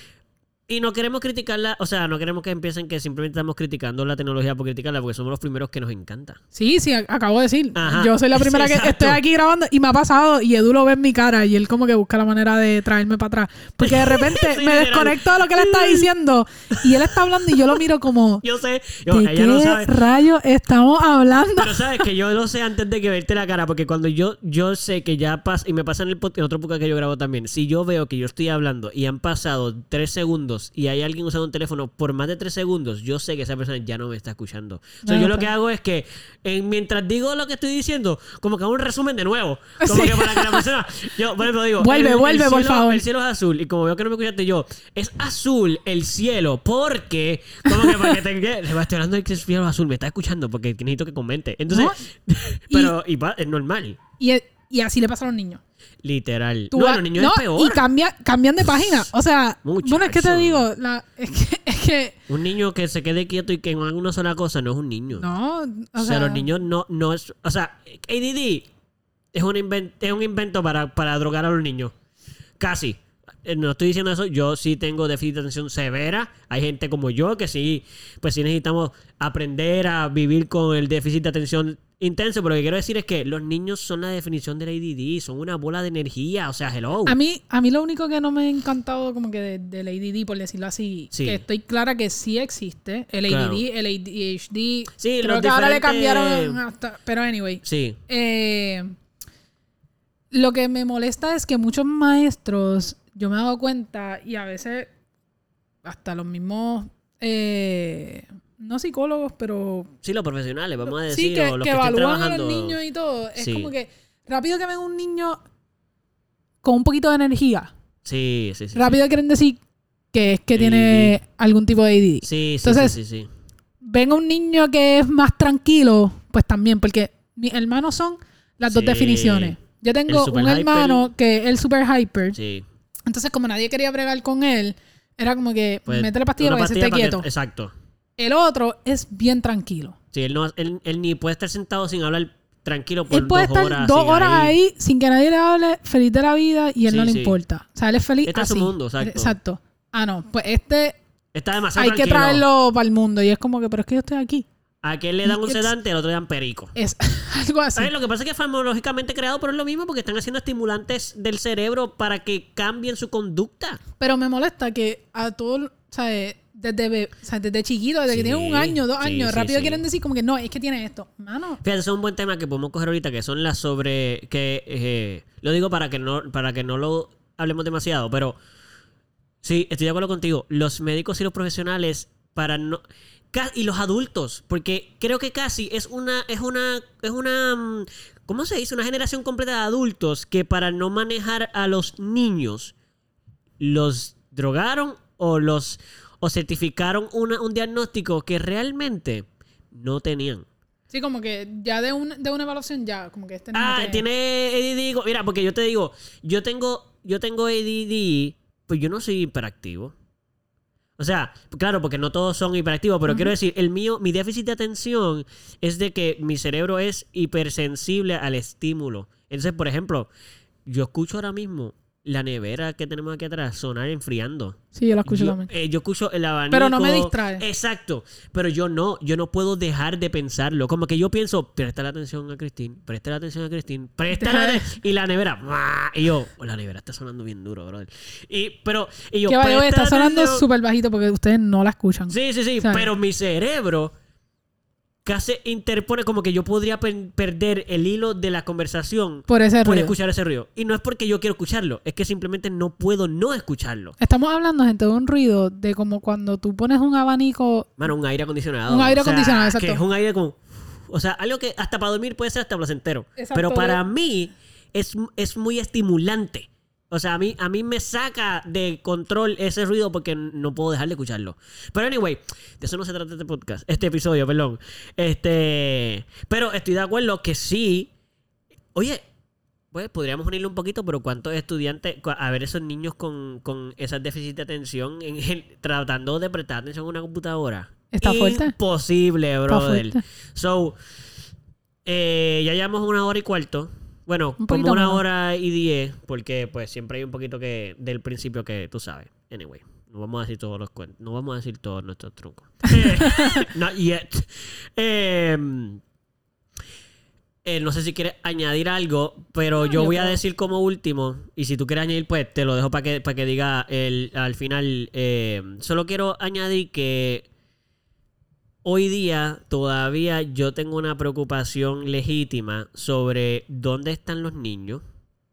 Y no queremos criticarla, o sea, no queremos que empiecen que simplemente estamos criticando la tecnología por criticarla, porque somos los primeros que nos encanta. Sí, acabo de decir. Ajá. Yo soy la primera Sí, que exacto. estoy aquí grabando y me ha pasado y Edu lo ve en mi cara y él como que busca la manera de traerme para atrás. Porque de repente Sí, me literal. desconecto de lo que él está diciendo y él está hablando y yo lo miro como... Yo sé, ¿De ella qué no sabe. rayos estamos hablando? Pero sabes que yo lo sé antes de que verte la cara, porque cuando yo sé que ya pasa, y me pasa en otro podcast que yo grabo también, si yo veo que yo estoy hablando y han pasado 3 segundos y hay alguien usando un teléfono por más de 3 segundos, yo sé que esa persona ya no me está escuchando. O sea, No, yo lo está. que hago es que mientras digo lo que estoy diciendo, como que hago un resumen de nuevo. Como Sí. que para que la persona... Yo, por ejemplo, digo... Vuelve, por favor. El cielo es azul. Y como veo que no me escuchaste yo, es azul el cielo porque... Como que para que te... Estoy hablando de que es cielo azul. Me está escuchando porque necesito que comente. Entonces... No. Pero es normal. Y así le pasa a los niños. Literal. Tú No, vas- a los niños no, es peor. Y cambian de página. O sea, Muchacho. bueno, es que te digo, es que Un niño que se quede quieto y que haga una sola cosa no es un niño. no, O sea, los niños no es... O sea, ADD es un invento para drogar a los niños. Casi. No estoy diciendo eso. Yo sí tengo déficit de atención severa. Hay gente como yo que sí, pues sí necesitamos aprender a vivir con el déficit de atención intenso. Pero lo que quiero decir es que los niños son la definición del ADD. Son una bola de energía. O sea, hello. A mí lo único que no me ha encantado como que del ADD, por decirlo así, Sí. que estoy clara que sí existe, el Claro. ADD, el ADHD, Sí, creo los que ahora le diferentes- cambiaron hasta... Pero anyway, Sí. lo que me molesta es que muchos maestros, yo me he dado cuenta, y a veces hasta los mismos, no psicólogos, pero Sí, los profesionales, vamos a decir. sí, que o los que estén evalúan a trabajando. los niños y todo. Es Sí. como que rápido que ven un niño con un poquito de energía, Sí, sí, sí. rápido quieren decir que es que tiene algún tipo de ADD. Sí, sí, Entonces, sí, sí. Ven a un niño que es más tranquilo, pues también, porque mis hermanos son las dos Sí. definiciones. Yo tengo El super un hermano que es el super hyper. Sí. Entonces, como nadie quería bregar con él, era como que Pues, métele pastilla una para que se esté pastilla quieto. Exacto. El otro es bien tranquilo. Sí, él ni puede estar sentado sin hablar tranquilo por Él puede 2 estar horas. 2 sin horas ahí sin que nadie le hable, feliz de la vida, y él Sí, no le sí. importa. O sea, él es feliz Este es su así. mundo, exacto. Exacto. Ah, no. Pues este Está demasiado hay que tranquilo. traerlo para el mundo. Y es como que, pero es que yo estoy aquí. A aquel le dan un It's- sedante, al otro le dan perico. Es algo así. ¿Sabes? Lo que pasa es que es farmacológicamente creado, pero es lo mismo porque están haciendo estimulantes del cerebro para que cambien su conducta. Pero me molesta que a todos, ¿sabes? Desde chiquito, desde que Sí, tienen 1 año, 2 sí, años, sí, rápido sí. quieren decir como que no, es que tiene esto. Mano, Fíjate, eso es un buen tema que podemos coger ahorita, que son las sobre... que lo digo para que no lo hablemos demasiado, pero sí, estoy de acuerdo contigo. Los médicos y los profesionales para no... Y los adultos, porque creo que casi es una ¿cómo se dice? Una generación completa de adultos que para no manejar a los niños los drogaron o certificaron un diagnóstico que realmente no tenían. sí, como que ya de una evaluación ya, como que este niño Tiene ADD. Mira, porque yo te digo, yo tengo ADD, pues yo no soy hiperactivo. O sea, claro, porque no todos son hiperactivos, pero quiero decir, mi déficit de atención es de que mi cerebro es hipersensible al estímulo. Entonces, por ejemplo, yo escucho ahora mismo la nevera que tenemos aquí atrás sonar enfriando. Sí, yo lo escucho también. Yo escucho el abanico. Pero no me distrae. Exacto. Pero yo no puedo dejar de pensarlo. Como que yo pienso, presta la atención a Christine, y la nevera, ¡mua! Y yo, la nevera está sonando bien duro, brother. Y yo, Que vaya, presta está sonando atención. súper bajito porque ustedes no la escuchan. Sí, O sea, pero mi cerebro casi interpone como que yo podría perder el hilo de la conversación por ese por ruido. escuchar ese ruido. Y no es porque yo quiero escucharlo, es que simplemente no puedo no escucharlo. Estamos hablando, gente, de un ruido de como cuando tú pones un abanico. Mano, un aire acondicionado. Un aire O sea, acondicionado, exacto. Que es un aire como... O sea, algo que hasta para dormir puede ser hasta placentero. Exacto. Pero para mí es muy estimulante. O sea, a mí me saca de control ese ruido porque no puedo dejar de escucharlo. Pero anyway, de eso no se trata este episodio, perdón. Pero estoy de acuerdo que sí. Oye, pues podríamos unirlo un poquito, pero ¿cuántos estudiantes, a ver esos niños con esas déficits de atención tratando de prestar atención a una computadora? Está fuerte. Imposible, brother. Está fuerte. So, ya llevamos 1 hora y 15. Bueno, Un como poquito 1 hora y 10, porque pues siempre hay un poquito que del principio que tú sabes. Anyway, no vamos a decir todos los cuentos, no vamos a decir todos nuestros trucos. Not yet. No sé si quieres añadir algo, pero yo voy a decir como último, y si tú quieres añadir, pues te lo dejo para que diga al final. Solo quiero añadir que hoy día todavía yo tengo una preocupación legítima sobre dónde están los niños.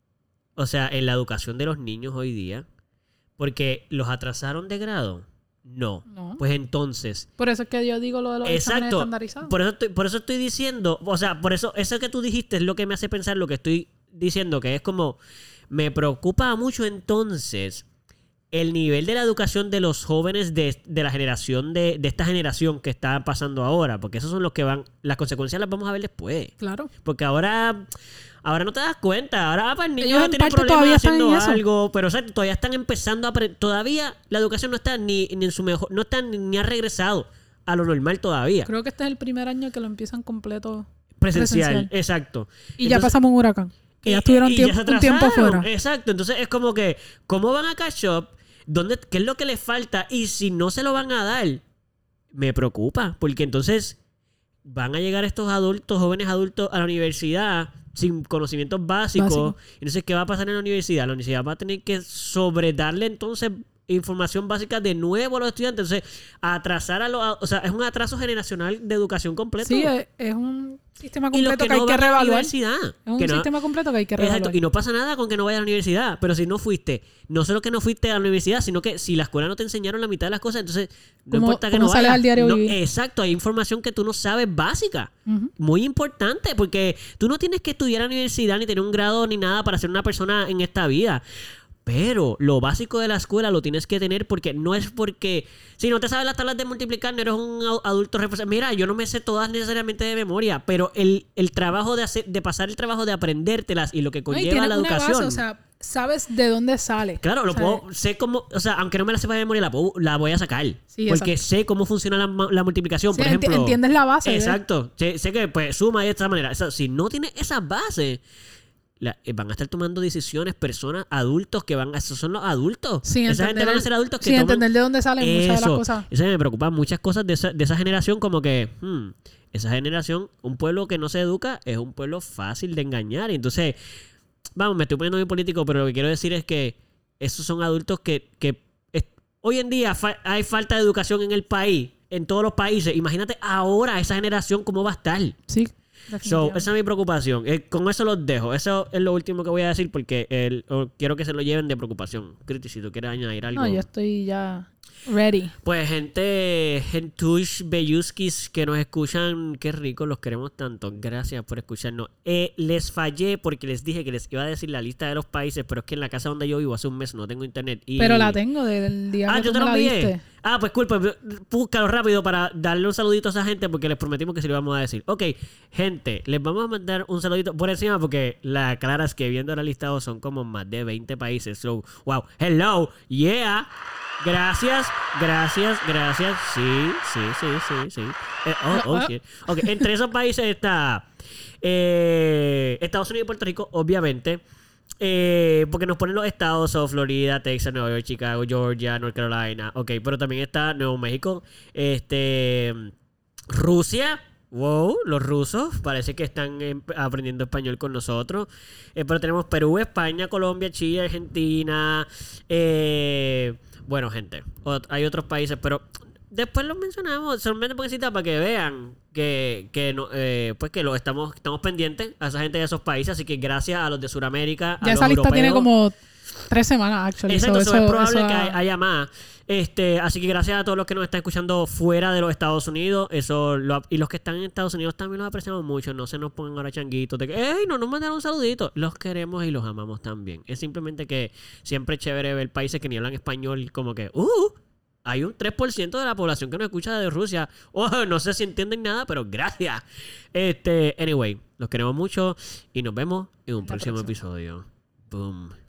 O sea, en la educación de los niños hoy día. Porque los atrasaron de grado. No. Pues entonces... Por eso es que yo digo lo de los exámenes estandarizados. Por eso estoy diciendo... O sea, por eso que tú dijiste es lo que me hace pensar lo que estoy diciendo. Que es como... Me preocupa mucho entonces... el nivel de la educación de los jóvenes de la generación de esta generación que está pasando ahora, porque esos son los que van, las consecuencias las vamos a ver después. Claro. Porque ahora no te das cuenta, ahora para el niño Ellos en tiene parte problemas haciendo están en algo, pero o sea, todavía están empezando a todavía la educación no está ni en su mejor, no está ni ha regresado a lo normal todavía. Creo que este es el primer año que lo empiezan completo Presencial. Exacto. Y entonces, ya pasamos un huracán. Que ya estuvieron un tiempo fuera. Exacto. Entonces es como que, ¿cómo van a catch up? ¿Qué es lo que les falta? Y si no se lo van a dar, me preocupa. Porque entonces van a llegar estos jóvenes adultos a la universidad sin conocimientos básicos. Entonces, ¿qué va a pasar en la universidad? La universidad va a tener que sobredarle entonces información básica de nuevo a los estudiantes. Entonces, atrasar o sea, es un atraso generacional de educación completo. Sí, es un sistema completo que hay no que reevaluar. Es un sistema completo que hay que reevaluar. Exacto, y no pasa nada con que no vayas a la universidad, pero si no fuiste, no solo que no fuiste a la universidad, sino que si la escuela no te enseñaron la mitad de las cosas, entonces no importa que no sales vayas. Al diario vivir. Exacto, hay información que tú no sabes básica, muy importante, porque tú no tienes que estudiar a la universidad ni tener un grado ni nada para ser una persona en esta vida. Pero lo básico de la escuela lo tienes que tener porque no es porque... Si no te sabes las tablas de multiplicar, no eres un adulto responsable. Mira, yo no me sé todas necesariamente de memoria, pero el trabajo de pasar el trabajo de aprendértelas y lo que conlleva la educación... Base, o sea, sabes de dónde sale. Claro, sé cómo... O sea, aunque no me la sepa de memoria, la voy a sacar. Sí, porque exacto. sé cómo funciona la multiplicación, Sí, por ejemplo. entiendes la base. Exacto. Sé que pues suma de esta manera. O sea, si no tienes esa base... van a estar tomando decisiones personas, adultos que esos son los adultos. Esa gente van a ser adultos que entender de dónde salen muchas de las cosas. Eso me preocupa muchas cosas de esa generación, como que esa generación, un pueblo que no se educa es un pueblo fácil de engañar. Y entonces, vamos, me estoy poniendo muy político, pero lo que quiero decir es que esos son adultos que hoy en día hay falta de educación en el país, en todos los países. Imagínate ahora esa generación cómo va a estar. Sí. Esa es mi preocupación. Con eso los dejo. Eso es lo último que voy a decir porque quiero que se lo lleven de preocupación. Criti, si tú quieres añadir algo. No, yo estoy ya ready. Pues gentush belluskis que nos escuchan, qué rico, los queremos tanto. Gracias por escucharnos. Les fallé porque les dije que les iba a decir la lista de los países, pero es que en la casa donde yo vivo hace un mes no tengo internet. Pero la tengo del día que yo tú te me lo la envié. diste. Pues culpa, búscalo rápido para darle un saludito a esa gente porque les prometimos que se lo íbamos a decir. Ok, gente, les vamos a mandar un saludito por encima porque la clara es que viendo el listado son como más de 20 países. So, wow, hello, yeah. Gracias. Sí. Shit. Ok, entre esos países está Estados Unidos y Puerto Rico, obviamente. Porque nos ponen los estados, Florida, Texas, Nueva York, Chicago, Georgia, North Carolina. Ok, pero también está Nuevo México, Rusia. Wow, los rusos parece que están aprendiendo español con nosotros. Pero tenemos Perú, España, Colombia, Chile, Argentina. Bueno, gente, hay otros países, pero después los mencionamos, solamente por encima para que vean que no, pues que estamos pendientes a esa gente de esos países, así que gracias a los de Sudamérica, a Ya los esa lista europeos. tiene como 3 semanas, actually. Exacto, So, es probable eso que haya más. Así que gracias a todos los que nos están escuchando fuera de los Estados Unidos. Y los que están en Estados Unidos también los apreciamos mucho. No se nos pongan ahora changuitos de que, ¡ey, no nos mandaron un saludito! Los queremos y los amamos también. Es simplemente que siempre es chévere ver países que ni hablan español, como que, hay un 3% de la población que nos escucha de Rusia. No sé si entienden nada, pero gracias. Anyway, los queremos mucho y nos vemos en un próximo episodio. Boom.